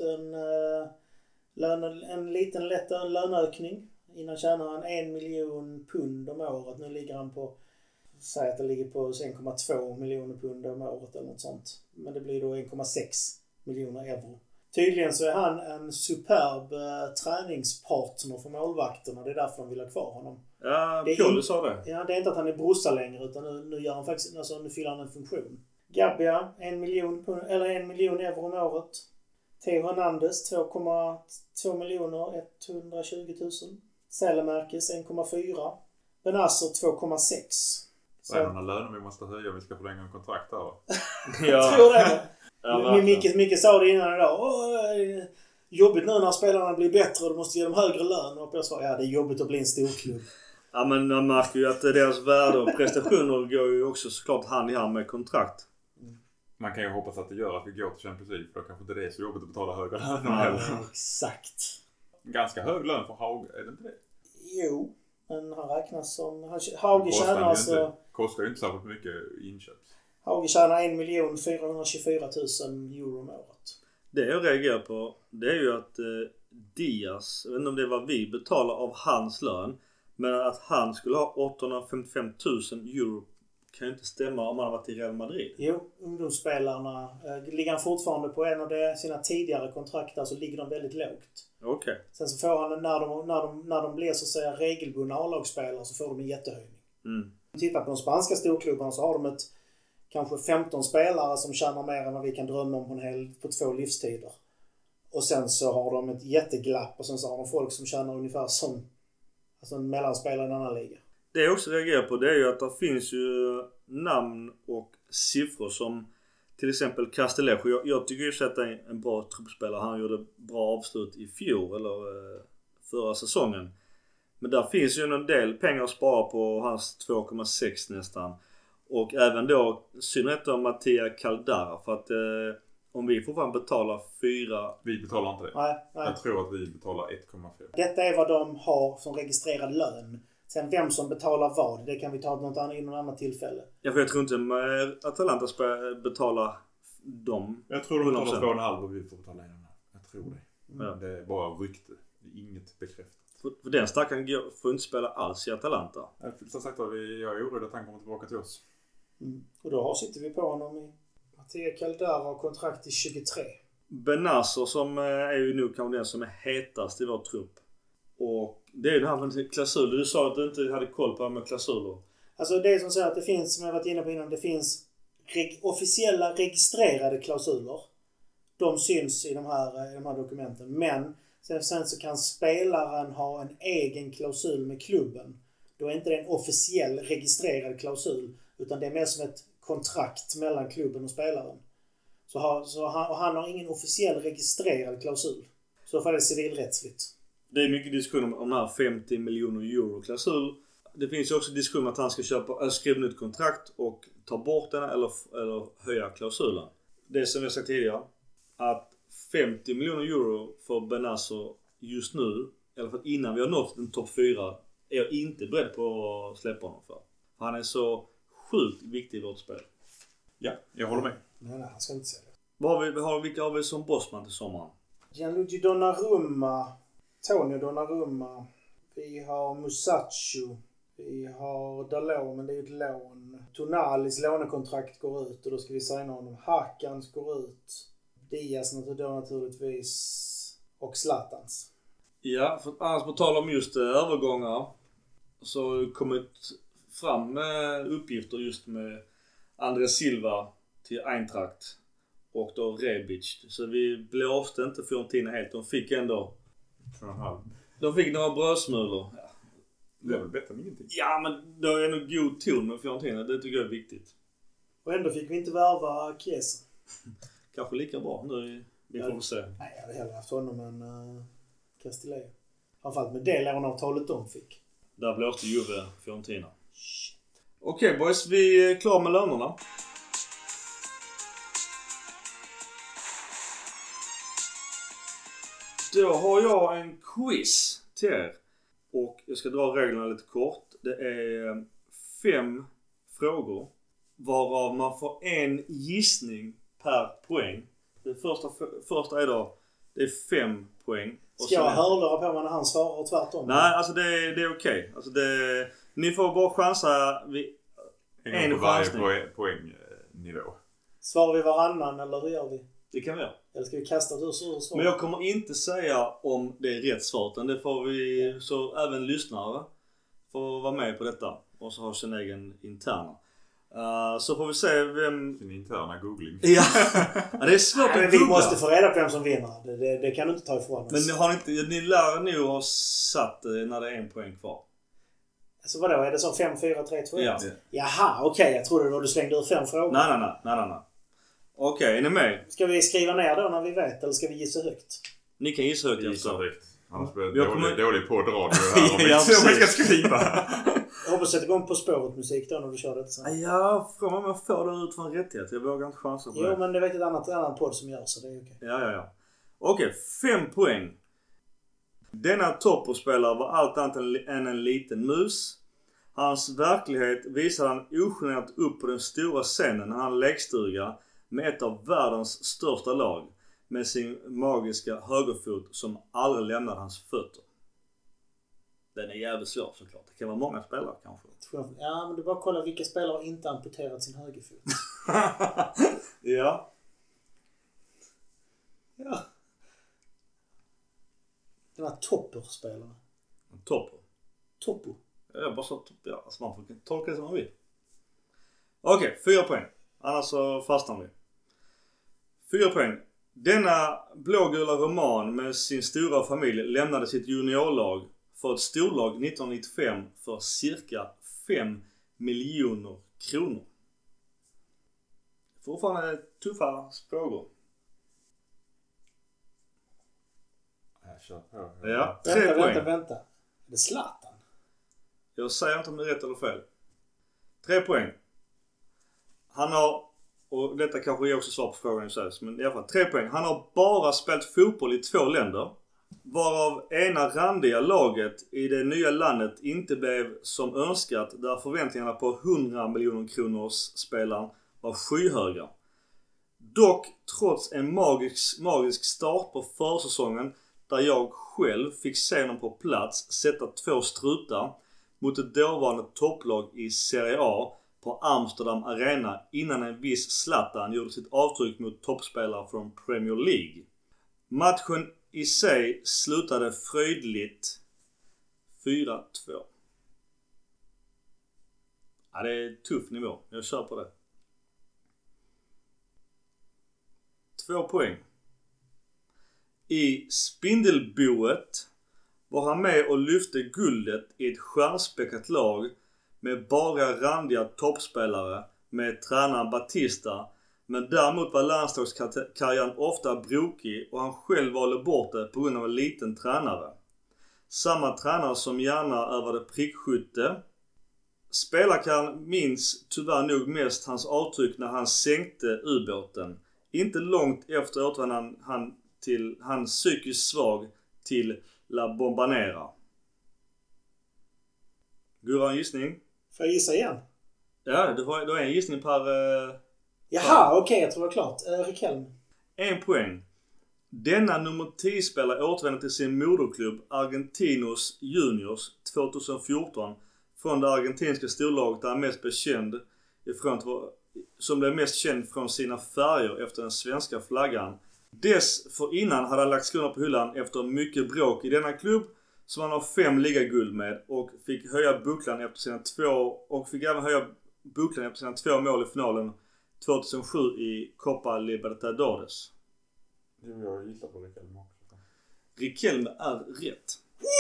en liten lätt löneökning. Innan tjänar han 1 miljon pund om året. Nu ligger han på, säg att det ligger på 1,2 miljoner pund om året eller något sånt. Men det blir då 1,6 miljoner euro. Tydligen så är han en superb träningspartner för målvakterna. Det är därför de vill ha kvar honom. Ja, Pjolli sa det. Ja, det är inte att han är brorsa längre, utan nu gör han faktiskt, alltså, nu fyller han en funktion. Gabbia, 1 miljon euro om året. Theo Hernandez, 2,2 miljoner 120 000. Sälemärkes 1,4. Benasser 2,6. Vad är det några löner vi måste höja om vi ska förlänga en kontrakt här? Jag tror det. Ja, Micke sa det innan idag. Jobbigt nu när spelarna blir bättre och du måste ge dem högre lön. Och jag sa, det är jobbigt att bli en storklubb. Ja, men man märker ju att deras värde och prestationer går ju också såklart hand i hand med kontrakt. Man kan ju hoppas att det gör att vi går till Champions League, för då kanske inte det är så jobbigt att betala högre lön. Ja, exakt. Ganska hög lön för Haug, är det inte det? Jo, men han räknas som... Hauge tjänar alltså... Kostar ju inte särskilt mycket inköp. Hauge tjänar 1 424 000 euro om året. Det jag reagerar på, det är ju att Diaz, jag vet inte om det var vi betalar av hans lön, men att han skulle ha 855 000 euro kan ju inte stämma om han har varit i Real Madrid. Jo, ungdomsspelarna ligger han fortfarande på en av sina tidigare kontrakt där, så ligger de väldigt lågt. Okej. Sen så får han, när de blir så att säga regelbundna A-lagsspelare, så får de en jättehöjning. Om vi tittar på de spanska storklubbarna så har de kanske 15 spelare som tjänar mer än vad vi kan drömma om på 2 livstider. Och sen så har de ett jätteglapp, och sen så har de folk som tjänar ungefär som en mellanspelare i en annan liga. Det jag också reagerar på, det är ju att det finns ju namn och siffror som till exempel Castellejo. Jag tycker ju att det är en bra truppspelare. Han gjorde bra avslut i fjol eller förra säsongen. Men där finns ju en del pengar att spara på hans 2,6 nästan. Och även då synnerhet då Mattia Caldara, för att om vi fortfarande betalar 4... Vi betalar inte det. Nej. Jag tror att vi betalar 1,4. Detta är vad de har som registrerad lön. Sen vem som betalar vad, det kan vi ta i någon annan tillfälle. Ja, för jag tror inte Atalanta ska betala dem. Jag tror de betalar 2,5 och vi får betala 1,5. Jag tror det. Ja. Det är bara rykte. Det är inget bekräftat. För den stackaren får inte spela alls i Atalanta. Som sagt, jag är orolig att han kommer tillbaka till oss. Och då sitter vi på honom i Mattia Caldara och kontrakt till 23. Benasser som är ju nu kanske den som är hetast i vår trupp. Och det är ju det här med klausuler. Du sa att du inte hade koll på det med klausuler. Alltså det är som så att det finns, som jag varit inne på innan, det finns officiella registrerade klausuler. De syns i de här dokumenten. Men sen så kan spelaren ha en egen klausul med klubben. Då är inte det en officiell registrerad klausul, utan det är mer som ett kontrakt mellan klubben och spelaren. Han har ingen officiell registrerad klausul. Så får det civilrättsligt. Det är mycket diskussion om den här 50 miljoner euro klausul. Det finns ju också diskussion om att han ska skriva nytt kontrakt och ta bort den eller höja klausulen. Det som jag sagt tidigare, att 50 miljoner euro för Benasser just nu, i alla fall innan vi har nått en topp 4, är jag inte beredd på att släppa honom för. Han är så sjukt viktig i vårt spel. Ja, jag håller med. Nej, han ska inte säga det. Vilka har vi som bossman till sommaren? Gianluigi Donnarumma, Tonio Donnarumma, vi har Musacho, vi har Dalot, men det är ju ett lån. Tonalis lånekontrakt går ut och då ska vi signa honom. Hakans går ut. Diaz naturligtvis och Zlatans. Ja, för annars på tal om just övergångar så har det kommit fram uppgifter just med André Silva till Eintracht och då Rebic. Så vi blåste inte Fiorentina helt. De fick ändå... De fick några brödsmulor. Ja. Det är väl bättre än ingenting. Ja, men det är nog god ton med Fiorentina. Det tycker jag är viktigt. Och ändå fick vi inte värva Chiesa. Kanske lika bra nu. Vi får se. Nej, jag hade hellre haft honom än Castillejo. Framförallt med det låneavtalet de fick. Där blåste Juve Fiorentina. Okej, boys, vi är klara med lönerna. Då har jag en quiz till er. Och jag ska dra reglerna lite kort. Det är 5 frågor. Varav man får en gissning per poäng. Det första är då, det är 5 poäng. Ska jag hörlura på när han svarar och tvärtom? Nej, alltså det är okej. Alltså ni får bara chansa vid en chansning. Poängnivå. Svarar vi varannan eller hur gör vi? Det kan vi göra. Eller ska vi kasta ut ur Men jag kommer inte säga om det är rätt svar. Utan det får vi, så även lyssnare får vara med på detta. Och så har sin egen interna. Så får vi se vem... Sin interna googling. Ja, det är svårt att men googla. vi måste få reda på vem som vinner. Det kan du inte ta ifrån oss. Men ni lär nog ha satt när det är 1 poäng kvar. Alltså vadå? Är det som 5, 4, 3, 2, 1? Ja. Jaha, okej. Jag trodde då du slängde ur 5 frågor. Nej. Okej, är ni med? Ska vi skriva ner då när vi vet? Eller ska vi gissa högt? Ni kan gissa högt. Gissa högt. Annars blir det Jag dålig podd-radio här om Ja, vi ska skriva. Jag hoppas sätta igång På spåret-musik då när du kör det sen. Ja, frågan om jag får det ut från rättighet. Jag vågar inte chansa på det. Jo, men det vet ett annat podd som gör så det är okej. Ja. Okej, 5 poäng. Denna topperspelare var allt annat än en liten mus. Hans verklighet visade han ogenerat upp på den stora scenen när han lekstuga med ett av världens största lag med sin magiska högerfot som aldrig lämnade hans fötter. Den är jävligt svår såklart. Det kan vara många spelare kanske. Ja, men du bara kolla vilka spelare inte amputerat sin högerfot. Ja. Den här topperspelaren. Toppo. Jag bara sa topp. Ja, alltså man får tolka det som man vill. Okej, 4 poäng. Annars så fastnar vi. 4 poäng. Denna blågula roman med sin stora familj lämnade sitt juniorlag för ett storlag 1995 för cirka 5 miljoner kronor. Fortfarande tuffa frågor. Jag kör på. Ja, 3 poäng. Vänta. Är det Zlatan? Jag säger inte om det är rätt eller fel. 3 poäng. Han har, och detta kanske är också svar på frågan men i alla fall 3 poäng. Han har bara spelat fotboll i 2 länder. Varav ena randiga laget i det nya landet inte blev som önskat, där förväntningarna på 100 miljoner kronors spelaren var skyhöga. Dock trots en magisk start på försäsongen där jag själv fick se honom på plats sätta 2 strutar mot ett dåvarande topplag i Serie A på Amsterdam Arena innan en viss Zlatan gjorde sitt avtryck mot toppspelare från Premier League. Matchen i sig slutade fröjdligt 4-2. Ja, det är tuff nivå. Jag kör på det. 2 poäng. I Spindelboet var han med och lyfte guldet i ett stjärnspäckat lag med bara randiga toppspelare med tränaren Batista. Men däremot var landslagskarriären ofta brokig och han själv valde bort det på grund av en liten tränare. Samma tränare som gärna övade prickskytte. Spelarkarriären minns tyvärr nog mest hans avtryck när han sänkte ubåten. Inte långt efter återvände han psykiskt svag till La Bombonera. Gurra, en gissning? Får jag gissa igen? Ja, det var en gissning per... Jaha, okej, jag tror det var klart. Riquelme. 1 poäng. Denna nummer 10-spelare återvände till sin moderklubb Argentinos Juniors 2014 från det argentinska storlaget där han mest blev känd som blev mest känd från sina färger efter den svenska flaggan. Dessförinnan hade han lagt skorna på hyllan efter mycket bråk i denna klubb som han har 5 ligaguld med och fick höja bucklan efter sina 2 mål i finalen 2007 i Copa Libertadores. Jag gissar på Riquelme också. Riquelme är rätt.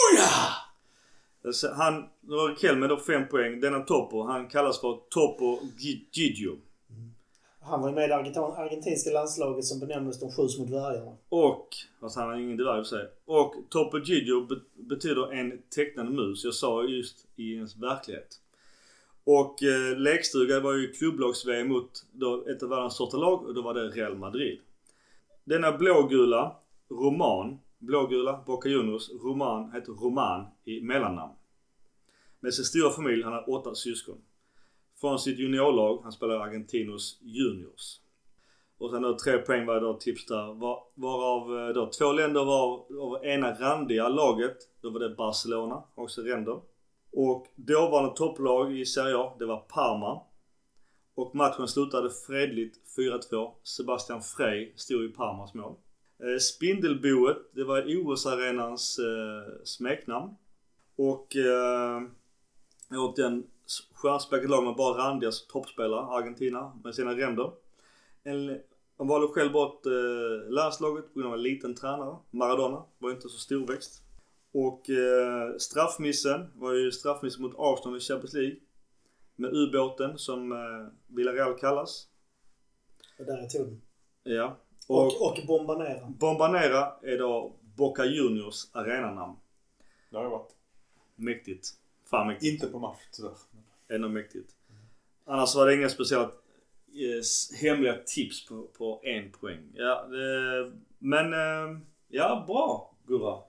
Oh ja! Nu har Riquelme då 5 poäng. Denna Topo, han kallas för Topo Gigio. Han var med i det argentinska landslaget som benämndes de 7 små dvärgarna. Och, fast han har ingen dvärg att säga. Och Topo Gigio betyder en tecknad mus. Jag sa just i ens verklighet. Och lekstuga var ju klubblags-VM mot då ett av världens största lag och då var det Real Madrid. Denna blågula Boca Juniors, Roman heter Roman i mellannamn. Med sin stora familj, han har 8 syskon. Från sitt juniorlag, han spelar Argentinos Juniors. Och sen då 3 poäng var då tips där. Varav då 2 länder var ena randiga laget. Då var det Barcelona, också ränder. Och dåvarande topplag i Serie A, det var Parma. Och matchen slutade fredligt 4-2. Sebastian Frey stod i Parmas mål. Spindelboet, det var OS-arenans smeknamn. Och åt den stjärnspäckat lag med bara randigas toppspelare, Argentina, med sina ränder. Han valde själv bort landslaget på grund av en liten tränare. Maradona var inte så storväxt. Och straffmissen var ju straffmissen mot Arsenal i Champions League. Med ubåten som Villarreal kallas. Och där är tonen. Ja. Och Bombanera. Bombanera är då Boca Juniors arenanamn. Det har jag varit. Mäktigt. Fan mäktigt. Inte på match tyvärr. Ändå mäktigt. Annars var det inga speciella hemliga tips på 1 poäng. Ja, ja, bra Gurra.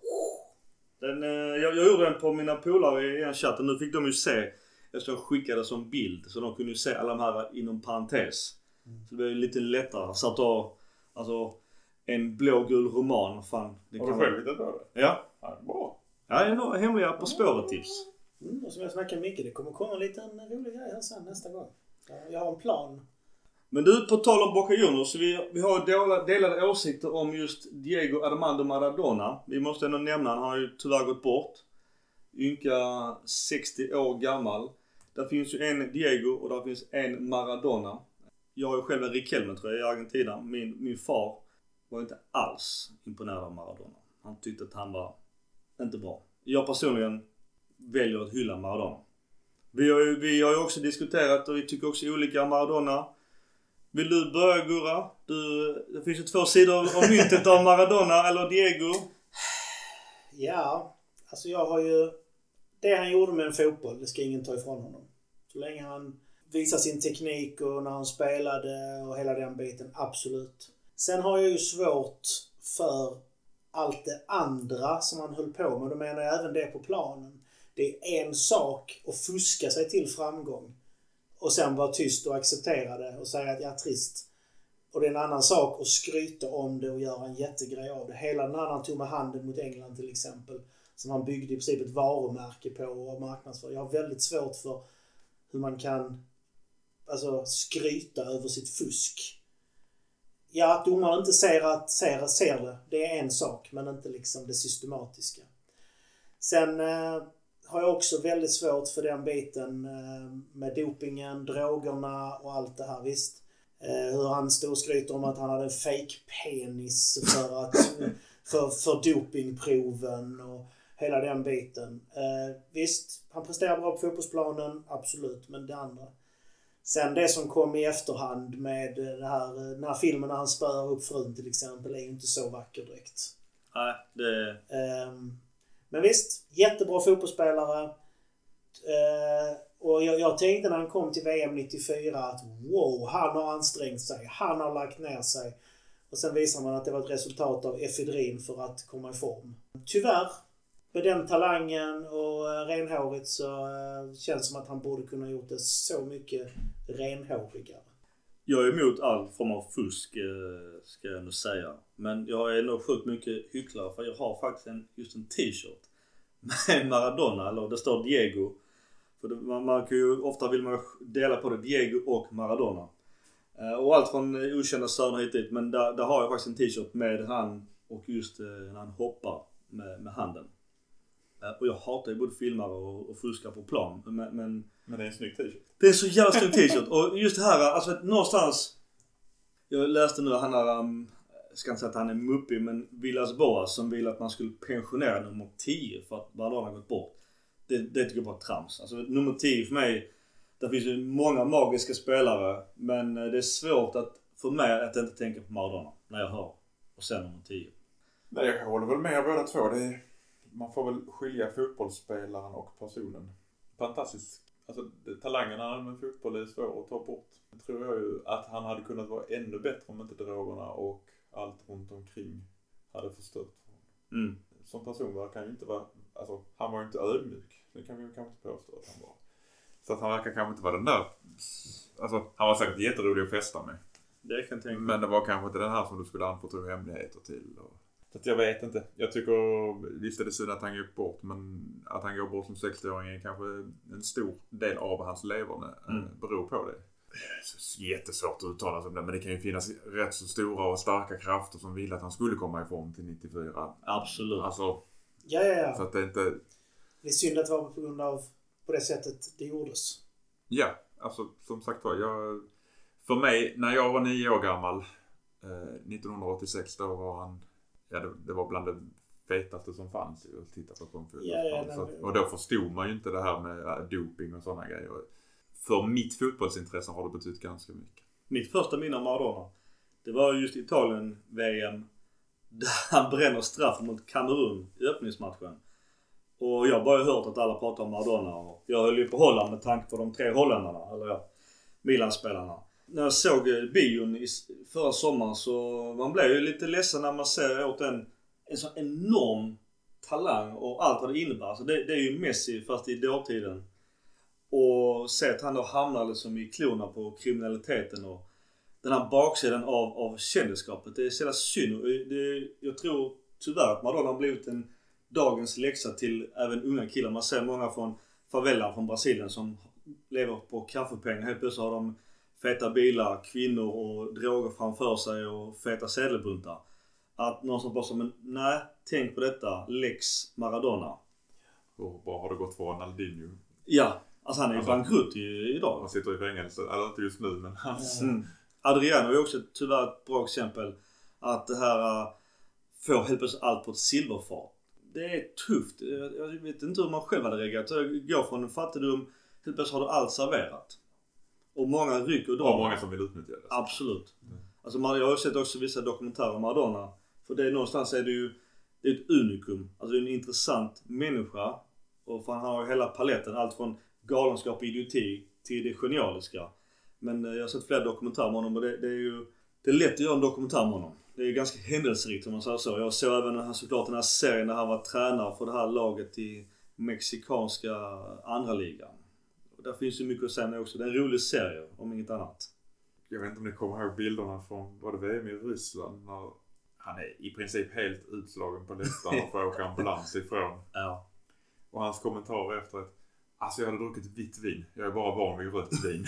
Jag gjorde den på mina polare i en chatt. Nu fick de ju se, eftersom jag skickade som bild, så de kunde ju se alla de här inom parentes. Så det blev lite lättare. Så att då, alltså en blågul roman. Fan, det har kan du själv hittat på det? Ja. Ja, bra. Ja, det är nog hemliga På spåret-tips. Och som jag snackar mycket, det kommer komma en liten rolig grej här sen nästa gång. Jag har en plan. Men du, på tal om Boca Juniors, så vi har delade åsikter om just Diego Armando Maradona. Vi måste ändå nämna, han har ju tyvärr gått bort. Ynka 60 år gammal. Där finns ju en Diego och där finns en Maradona. Jag har ju själv en Riquelme, tror jag, i Argentina. Min far var inte alls imponerad av Maradona. Han tyckte att han var inte bra. Jag personligen väljer att hylla Maradona. Vi har ju också diskuterat och vi tycker också olika om Maradona. Vill du börja, Gurra? Det finns ju 2 sidor av myntet av Maradona eller Diego. Ja, alltså jag har ju... Det han gjorde med en fotboll, det ska ingen ta ifrån honom. Så länge han visar sin teknik och när han spelade och hela den biten, absolut. Sen har jag ju svårt för allt det andra som han höll på med. Då menar jag även det på planen. Det är en sak att fuska sig till framgång. Och sen vara tyst och acceptera det och säga att jag är trist. Och det är en annan sak att skryta om det och göra en jättegrej av det. Hela den han tog med handen mot England till exempel. Som han byggde i princip ett varumärke på och marknadsför. Jag har väldigt svårt för hur man kan skryta över sitt fusk. Ja, att domaren inte ser det. Det är en sak, men inte liksom det systematiska. Sen har jag också väldigt svårt för den biten med dopingen, drogerna och allt det här, visst. Hur han stod och skryter om att han hade en fake penis för dopingproven och hela den biten. Visst, han presterar bra på fotbollsplanen, absolut, men det andra. Sen det som kom i efterhand med det här, den här filmen när han spör upp frun till exempel, är ju inte så vacker direkt. Nej, det... Men visst, jättebra fotbollsspelare. Och jag tänkte när han kom till VM 94 att wow, han har ansträngt sig. Han har lagt ner sig. Och sen visar man att det var ett resultat av efedrin för att komma i form. Tyvärr, med den talangen och renhårigt så känns det som att han borde kunna gjort det så mycket renhårigare. Jag är emot all form av fusk, ska jag nog säga. Men jag är nog sjukt mycket hycklare för jag har faktiskt just en t-shirt med Maradona, eller det står Diego. För man kan ju, ofta vill man dela på det, Diego och Maradona. Och allt från okända söner hit dit, men där har jag faktiskt en t-shirt med han och just när han hoppar med handen. Och jag hatar ju både filmare och fuskar på plan. Men det är en snygg t-shirt. Det är en så jävla snygg t-shirt. Och just här, alltså någonstans... Jag läste nu att han har... Jag ska inte säga att han är muppig, men Villas Boas som vill att man skulle pensionera nummer 10 för att Maradona har gått bort. Det tycker jag bara trams. Alltså nummer 10 för mig... Där finns ju många magiska spelare. Men det är svårt för mig att inte tänka på Maradona när jag hör. Och sen nummer 10. Nej, jag håller väl med båda två. Man får väl skilja fotbollsspelaren och personen. Fantastisk. Alltså talangerna med fotboll är svår att ta bort. Jag tror jag ju att han hade kunnat vara ännu bättre om inte drogerna och allt runt omkring hade förstört för honom. Som person var kan ju inte vara... Alltså han var ju inte ödmjuk. Det kan vi kanske inte påstå att han var. Så att han verkar kanske inte vara den där... Alltså han var säkert jätterolig att festa med. Det kan jag tänka. Men det var kanske inte den här som du skulle anförtro hemligheter till. Så att jag vet inte. Jag tycker visst är det synd att han går bort. Men att han går bort som 60-åring är kanske en stor del av hans leverne beror på det. Jättesvårt att uttala sig om det, men det kan ju finnas rätt så stora och starka krafter som vill att han skulle komma i form till 94. Absolut. Alltså, Ja. så att det inte... Det är synd att det var på grund av på det sättet det gjordes. Ja, alltså som sagt var, för mig, när jag var 9 år gammal 1986, då var han, det var bland det fetaste som fanns att titta på en fotbollsplan. Och då förstod man ju inte det här med doping och sådana grejer. För mitt fotbollsintresse har det betytt ganska mycket. Mitt första minne av Maradona, det var just Italien-VM där han bränner straff mot Kamerun i öppningsmatchen. Och jag bara hört att alla pratar om Maradona, och jag höll ju på Holland med tanke på de 3 holländarna, eller Milan-spelarna. När jag såg bion förra sommaren, så man blev ju lite ledsen när man ser åt en sån enorm talang och allt vad det innebär. Alltså det är ju Messi fast i dåtiden. Och se att han då hamnar liksom i klorna på kriminaliteten och den här baksidan av kändisskapet. Det är så jävla synd. Jag tror tyvärr att Maradona har blivit en dagens läxa till även unga killar. Man ser många från favelan från Brasilien som lever på kaffepengar. Helt plötsligt har de feta bilar, kvinnor och droger framför sig och feta sedelbuntar. Att någon som bara sa, men nej, tänk på detta, Lex Maradona. Och bara har det gått för Ronaldinho? Ja, alltså han är ju bankrutt idag. Han sitter i fängelse, eller inte just nu, men hans... Adriano är också tyvärr ett bra exempel. Att det här får helt plötsligt allt på ett silverfat. Det är tufft. Jag vet inte hur man själv hade reagerat. Jag går från en fattigdom, helt plötsligt har du allt serverat. Och många rycker och drar. Och många som vill utnyttja det. Absolut. Alltså jag har sett också vissa dokumentärer om Maradona. För det är någonstans är det ju ett unikum. Alltså det är en intressant människa. Och för han har hela paletten. Allt från galenskap och idioti till det genialiska. Men jag har sett flera dokumentärer om honom. Och det är lätt att göra en dokumentär om honom. Det är ganska händelserikt om man säger så. Jag såg även såklart den här serien när han var tränare för det här laget i mexikanska andra ligan. Och där finns ju mycket att säga också. Det är en rolig serie om inget annat. Jag vet inte om ni kommer ihåg bilderna från var det VM i Ryssland när han är i princip helt utslagen på läktaren och får åka ambulans ifrån. Ja. Och hans kommentar efter att alltså jag hade druckit vitt vin. Jag är bara van vid rött vin.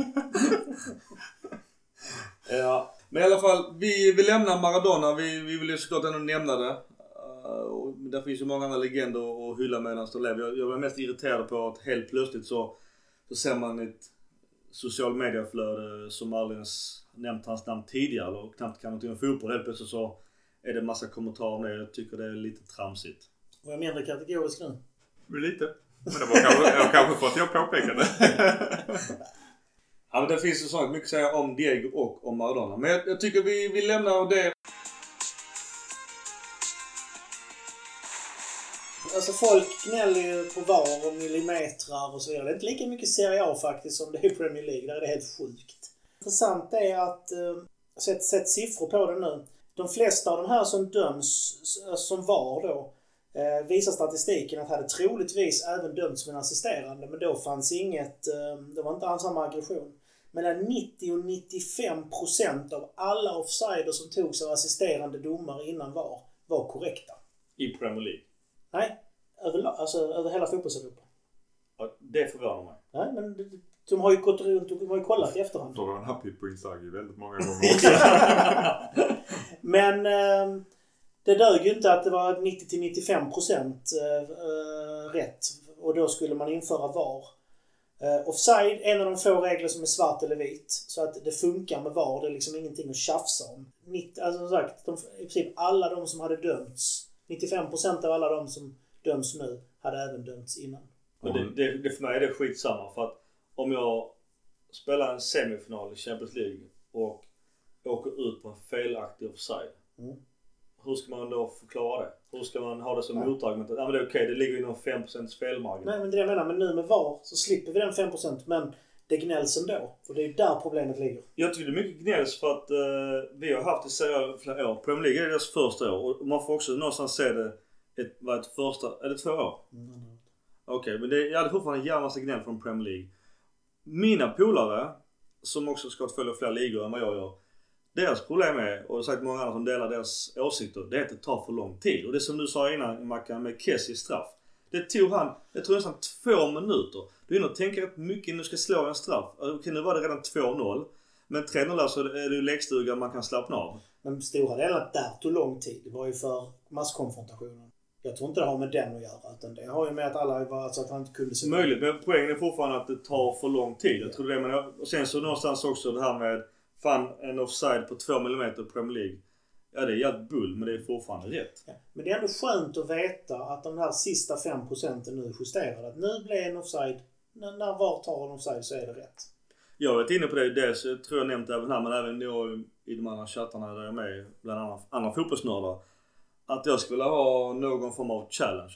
Ja. Men i alla fall, vi lämnar Maradona. Vi vill ju såklart ändå nämna det. Och där finns ju många andra legender att hylla medan de lever. Jag var mest irriterad på att helt plötsligt så ser man ett social mediaflöde som aldrig ens nämnt hans namn tidigare och knappt kan någonting om fotboll. Helt plötsligt så är det en massa kommentarer om det. Jag tycker det är lite tramsigt. Och jag mindre kategorisk nu. Lite. Men det var kanske för att jag påpekade. Ja, men det finns ju så mycket att säga om Diego och om Maradona. Men jag tycker vi lämnar det. Alltså folk gnäller ju på VAR och millimetrar och så vidare. Det är inte lika mycket Serie A faktiskt som det är i Premier League. Där är det helt sjukt. Intressant är att sett siffror på det nu. De flesta av de här som döms som VAR då visar statistiken att hade troligtvis även dömts som en assisterande, men då fanns inget, det var inte alls samma aggression. Mellan 90 och 95% av alla offsider som togs av assisterande domare innan var korrekta. I Premier League? Nej, över hela fotbolls-Europa. Ja, det förvånar mig. Nej, men de har ju gått runt och de har ju kollat i efterhand. Då var han happy på Inzaghi väldigt många gånger också. Men det dög ju inte att det var 90-95% rätt. Och då skulle man införa VAR. Offside, en av de få regler som är svart eller vit. Så att det funkar med VAR. Det är liksom ingenting att tjafsa om. Alltså som sagt, i princip alla de som hade dömts. 95% av alla de som döms nu hade även dömts innan. Och det för mig är det skitsamma. För att om jag spelar en semifinal i Champions League och åker ut på en felaktig offside. Hur ska man då förklara det? Hur ska man ha det som motargument? Ja, men det är okej, det ligger inom 5% felmarginal. Nej, men det jag menar, men nu med VAR så slipper vi den 5%, men det gnälls ändå. Och det är där problemet ligger. Jag tycker det är mycket gnälls för att vi har haft det i flera år. Premier League är deras första år. Och man får också någonstans se det ett första, eller 2 år? Okej, men jag hade fortfarande en jävla massa gnäll från Premier League. Mina polare, som också ska följa fler ligor än vad jag gör, deras problem är, och jag har sagt många andra som delar deras åsikter, det är att det tar för lång tid. Och det som du sa innan, Mackan, med Kessie straff. Det tog han, jag tror nästan 2 minuter. Du är inne och tänker rätt mycket innan du ska slå en straff. Okej, nu var det redan 2-0. Men 3-0 så är det ju lekstuga man kan slappna av. Men stora delar där tog lång tid. Det var ju för masskonfrontationen. Jag tror inte det har med den att göra. Utan det har ju med att alla var, alltså att han inte kunde se. Möjligt, men poängen är fortfarande att det tar för lång tid. Jag tror det, men och sen så någonstans också det här med en offside på 2 mm i Premier League. Ja, det är jävligt bull, men det är fortfarande rätt. Ja. Men det är ändå skönt att veta att de här sista 5% nu är justerade. Att nu blir en offside, när VAR tar en offside så är det rätt. Jag har varit inne på det, dels tror jag nämnt även här, men även i de andra chattarna där jag är med, bland annat andra fotbollsnördar, att jag skulle ha någon form av challenge.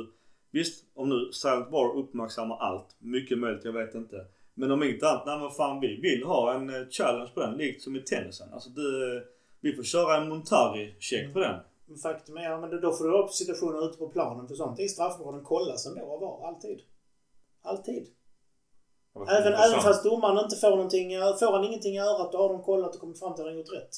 Om nu Silent VAR uppmärksammar allt, mycket möjligt, jag vet inte. Men om inte annat, nej men fan, vi vill ha en challenge på den, likt som i tennisen. Alltså vi får köra en Montari-check på den. Men faktum är, men då får du upp situationer ute på planen, för sånt i straffområden kollas ändå av VAR, alltid. Även fast domaren inte får någonting, får han ingenting i örat, då har de kollat och kommit fram till att han gjort rätt.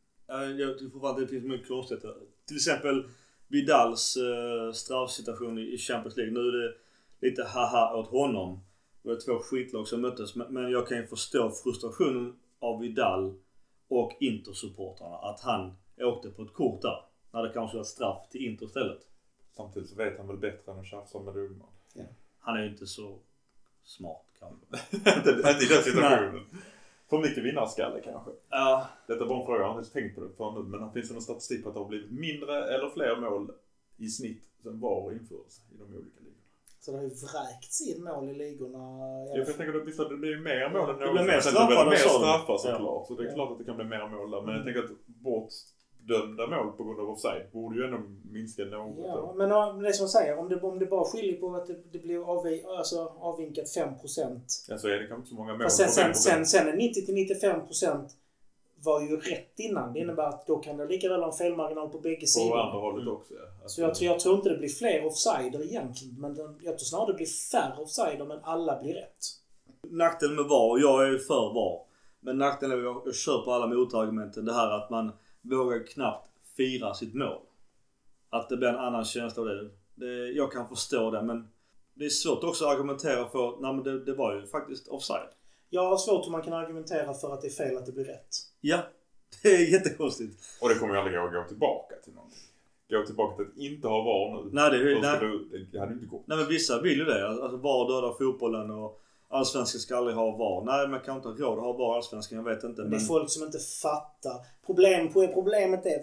Jag tror fortfarande att det finns mycket konstigt. Till exempel Vidals straffsituation i Champions League. Nu är det lite haha åt honom. Det var 2 skitlag som möttes. Men jag kan ju förstå frustrationen av Vidal och Inter-supportrarna. Att han åkte på ett kort där. När det kanske var straff till Inter istället. Samtidigt så vet han väl bättre än att tjafsa med domaren. Ja. Han är ju inte så smart kanske. Inte i den situationen. För mycket vinnarskalle kanske. Ja. Detta var en fråga, jag har inte tänkt på det för nu. Men finns det någon statistik på att det har blivit mindre eller fler mål i snitt sen VAR infördes i de olika ligorna? Så det har ju vräkts in mål i ligorna. Jag tänker att det blir mer mål än det blir mer straffar såklart. Så det är klart att det kan bli mer mål där. Men jag tänker att bortdömda mål på grund av offside borde ju ändå minska något. Ja, men det som jag säger, om det bara skiljer på att det blir avvinkat 5%. Ja, så är det kanske inte så många mål. Sen är 90-95% var ju rätt innan. Det innebär att då kan det lika väl ha en felmarginal på bägge sidor. På andra hållet också, ja. Så jag tror inte det blir fler offsider egentligen. Men jag tror snarare det blir färre offsider, men alla blir rätt. Nackdelen med VAR, jag är för VAR. Men nackdelen är att jag köper alla motargumenten. Det här att man vågar knappt fira sitt mål. Att det blir en annan känsla av det. Jag kan förstå det, men det är svårt också att argumentera för. Nej, men det var ju faktiskt offside. Jag har svårt om man kan argumentera för att det är fel att det blir rätt. Ja, det är jättekonstigt. Och det kommer ju aldrig att gå tillbaka till någonting. Gå tillbaka till att inte ha VAR nu. Nej, det hade inte gått. Nej, men vissa vill ju det. Alltså VAR dödar fotbollen och allsvenskan ska aldrig ha VAR. Nej, man kan inte ha råd att ha VAR allsvenskan, jag vet inte. Men det är folk som inte fattar. Problemet är, vi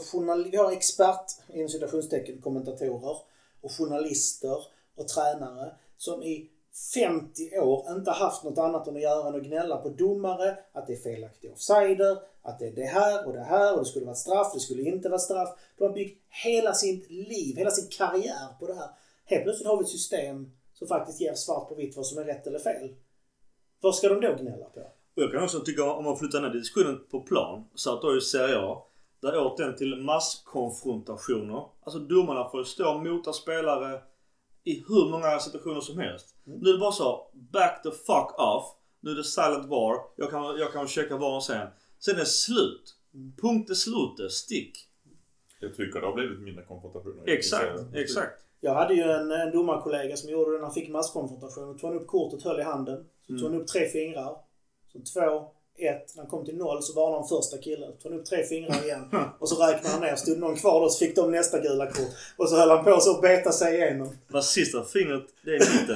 har expert, inom citationstecken, kommentatorer och journalister och tränare som i 50 år inte haft något annat än att göra än att gnälla på domare, att det är felaktiga offsider, att det är det här och det skulle vara straff, det skulle inte vara straff. De har byggt hela sitt liv, hela sin karriär på det här. Helt plötsligt har vi ett system som faktiskt ger svart på vitt vad som är rätt eller fel. Vad ska de då gnälla på? Jag kan också tycka, om man flyttar ner diskussionen på plan, så att då är Serie A, där åt den till masskonfrontationer. Alltså domarna får stå mot spelare i hur många situationer som helst. Nu är det bara så, back the fuck off. Nu är det silent VAR. Jag kan checka VAR sen. Sen är det slut. Punkt är slut. Stick. Jag tycker det har blivit mindre konfrontationer. Exakt. Jag hade ju en domarkollega som gjorde det när han fick masskonfrontation. Tog han upp kortet, höll i handen. Så tog han upp 3 fingrar. Så 2, 1. När han kom till 0 så varnade han första killen. Tog han upp 3 fingrar igen. Och så räknade han ner. Stod någon kvar då så fick de nästa gula kort. Och så höll han på så att beta sig igenom. Vad sista fingret, det är mitten.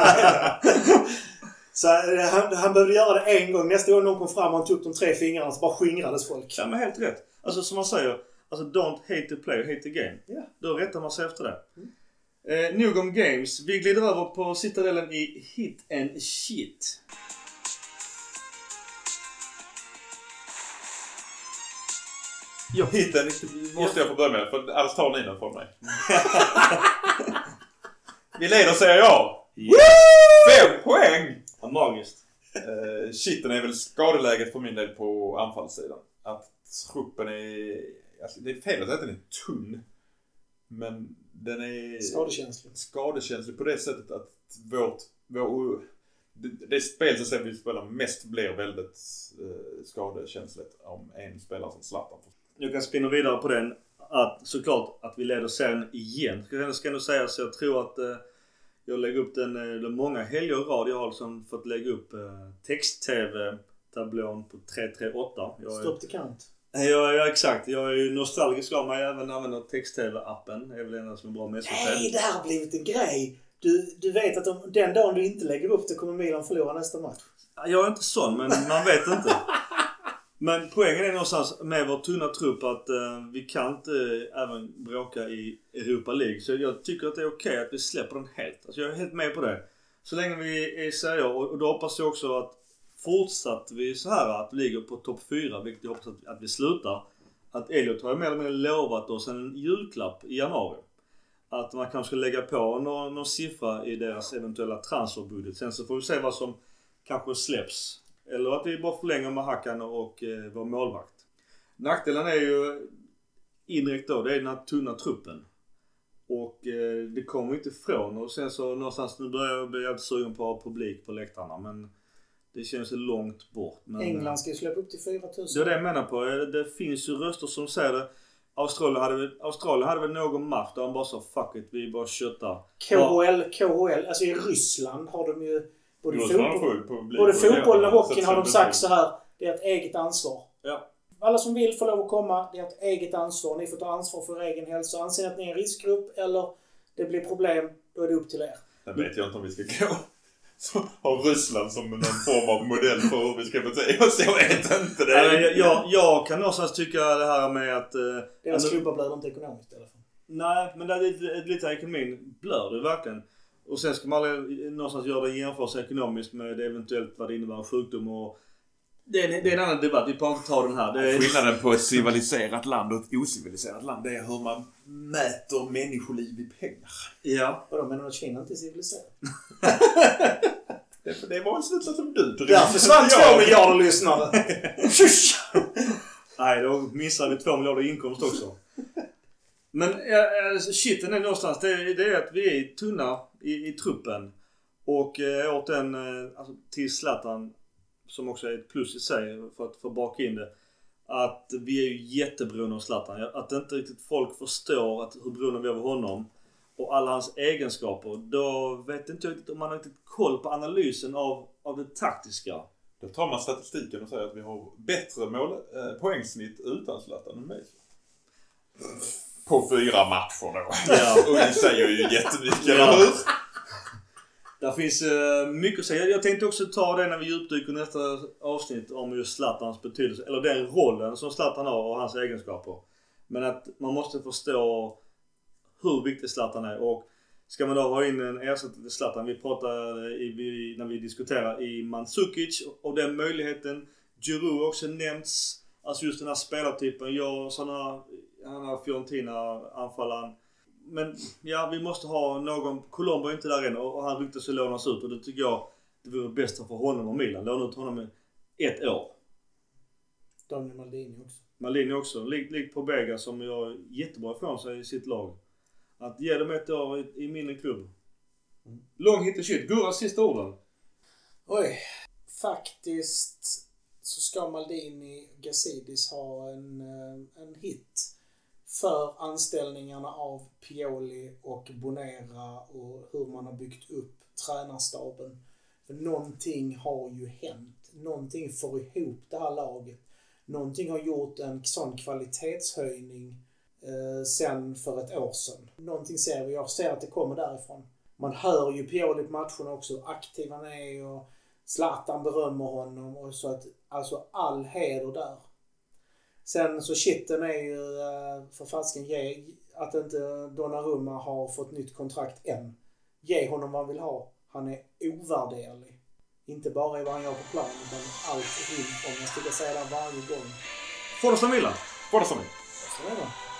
Så han behövde göra det en gång. Nästa gång någon kom fram och han tog upp de 3 fingrarna så bara skingrades folk. Ja, men helt rätt. Alltså som man säger, alltså don't hate the player, hate the game. Yeah. Då rättar man sig efter det. Nog om games. Vi glider över på citadellen i Hit and Shit. Hitten måste jag få börja med, för annars tar ni den från mig. Vi leder, säger jag. Yes. 5 poäng! Ja, magiskt. Shitten är väl skadeläget för min del på anfallssidan. Att truppen är... Alltså, det är fel att säga att den är tunn. Men den är... Skadekänslig på det sättet att det spel som sen vi spelar mest blir väldigt skadekänsligt om en spelare som Zlatan. Jag kan spinna vidare på den. att såklart att vi leder serien igen. Ska jag nog säga, så jag tror att jag lägger upp den många helger i rad. Jag har liksom fått lägga upp text-tv-tablån på 338. Stop the count. Ja, exakt. Jag är ju nostalgisk av mig. Även använder text-tv-appen. Det är väl en som är bra med SVT. Nej, det här har blivit en grej. Du vet att den dagen du inte lägger upp det kommer Milan förlora nästa match. Jag är inte sån, men man vet inte. Men poängen är någonstans med vår tunna trupp att vi kan inte även bråka i Europa League. Så jag tycker att det är okej att vi släpper den helt. Alltså jag är helt med på det. Så länge vi är i Serie A, och då hoppas jag också att fortsatt vi så här att vi ligger på topp 4, vilket jag hoppas att vi slutar. Att Elliot har mer eller mindre lovat oss en julklapp i januari. Att man kanske ska lägga på någon siffra i deras eventuella transferbudget. Sen så får vi se vad som kanske släpps. Eller att vi bara förlänger med Hakan och vår målvakt. Nackdelen är ju indirekt då, det är den här tunna truppen. Och det kommer inte ifrån. Och sen så någonstans nu börjar jag bli jävligt sugen på att ha publik på läktarna. Men det känns så långt bort. Men, England ska ju släppa upp till 4 000. Det är det jag menar på. Det finns ju röster som säger det. Australien hade väl någon match där de bara sa fuck it, vi bara köttar. KHL, alltså i Ryssland har de ju både fotboll och hockeyn har de sagt så här, det är ett eget ansvar. Ja. Alla som vill får lov att komma, det är ett eget ansvar. Ni får ta ansvar för er egen hälsa. Anser att ni är en riskgrupp eller det blir problem, då är det upp till er. Jag vet jag inte om vi ska gå. Så har Ryssland som någon form av modell för hur vi ska bete oss. Jag vet inte det. Jag kan någonstans tycka det här med att... Deras klubbar blöder inte ekonomiskt i alla fall. Nej, men det är lite ekonomin blöder det verkligen. Och sen ska man någonstans göra det jämförs ekonomiskt med det eventuellt vad det innebär sjukdom och... Det är en annan debatt, vi får inte ta den här. Skillnaden på ett civiliserat land och ett ociviliserat land, det är hur man mäter människoliv i pengar. Ja. Vadå, menar du att Kina inte är civiliserat? Det var en slutsats som du drog. Där försvann 2 miljarder lyssnare. Nej, då missar vi 2 miljarder inkomst också. Men shiten är någonstans, det är att vi är tunna i truppen. Och åt den alltså, till Zlatan, som också är ett plus i sig för att få baka in det. Att vi är ju jätteberoende av Zlatan. Att inte riktigt folk förstår hur beroende vi är av honom. Och alla hans egenskaper. Då vet inte jag riktigt om man har riktigt koll på analysen av det taktiska. Då tar man statistiken och säger att vi har bättre poängsnitt utan Zlatan än mig. På 4 matcher då. Ja. Och det säger ju jättemycket, eller hur? Där finns mycket att säga. Jag tänkte också ta det när vi djupdyker nästa avsnitt om just Zlatans betydelse. Eller den rollen som Zlatan har och hans egenskaper. Men att man måste förstå hur viktig Zlatan är. Och ska man då ha in en ersättare till Zlatan. Vi pratade när vi diskuterar i Mandzukic och den möjligheten. Giroud också nämnts. Alltså just den här spelartypen. Jag sådana här Fiorentina-anfallaren. Men ja, vi måste ha någon. Colombo är inte där än och han ryktas att lånas ut. Och det tycker jag det vore bäst för honom och Milan. Låna ut honom i 1 år. Daniel Maldini också. Maldini också. Likt på Bega som gör jättebra ifrån sig i sitt lag. Att ge dem 1 år i min klubb. Lång hit och shit. Gurras sista orden. Oj. Faktiskt så ska Maldini Gazidis ha en hit för anställningarna av Pioli och Bonera och hur man har byggt upp tränarstaben. För någonting har ju hänt. Någonting får ihop det här laget. Någonting har gjort en sån kvalitetshöjning sen för ett år sedan. Någonting ser vi. Jag ser att det kommer därifrån. Man hör ju Pioli på matcherna också. Aktiv han är och Zlatan berömmer honom. Och så att, alltså all heder där. Sen så shitten är ju för fasken att inte Donnarumma har fått nytt kontrakt än. Ge honom vad han vill ha. Han är ovärderlig. Inte bara i vad han gör på plan utan allt runt om. Jag skulle säga det varje gång. Får det som Milan. Får det som Milan. Så är det.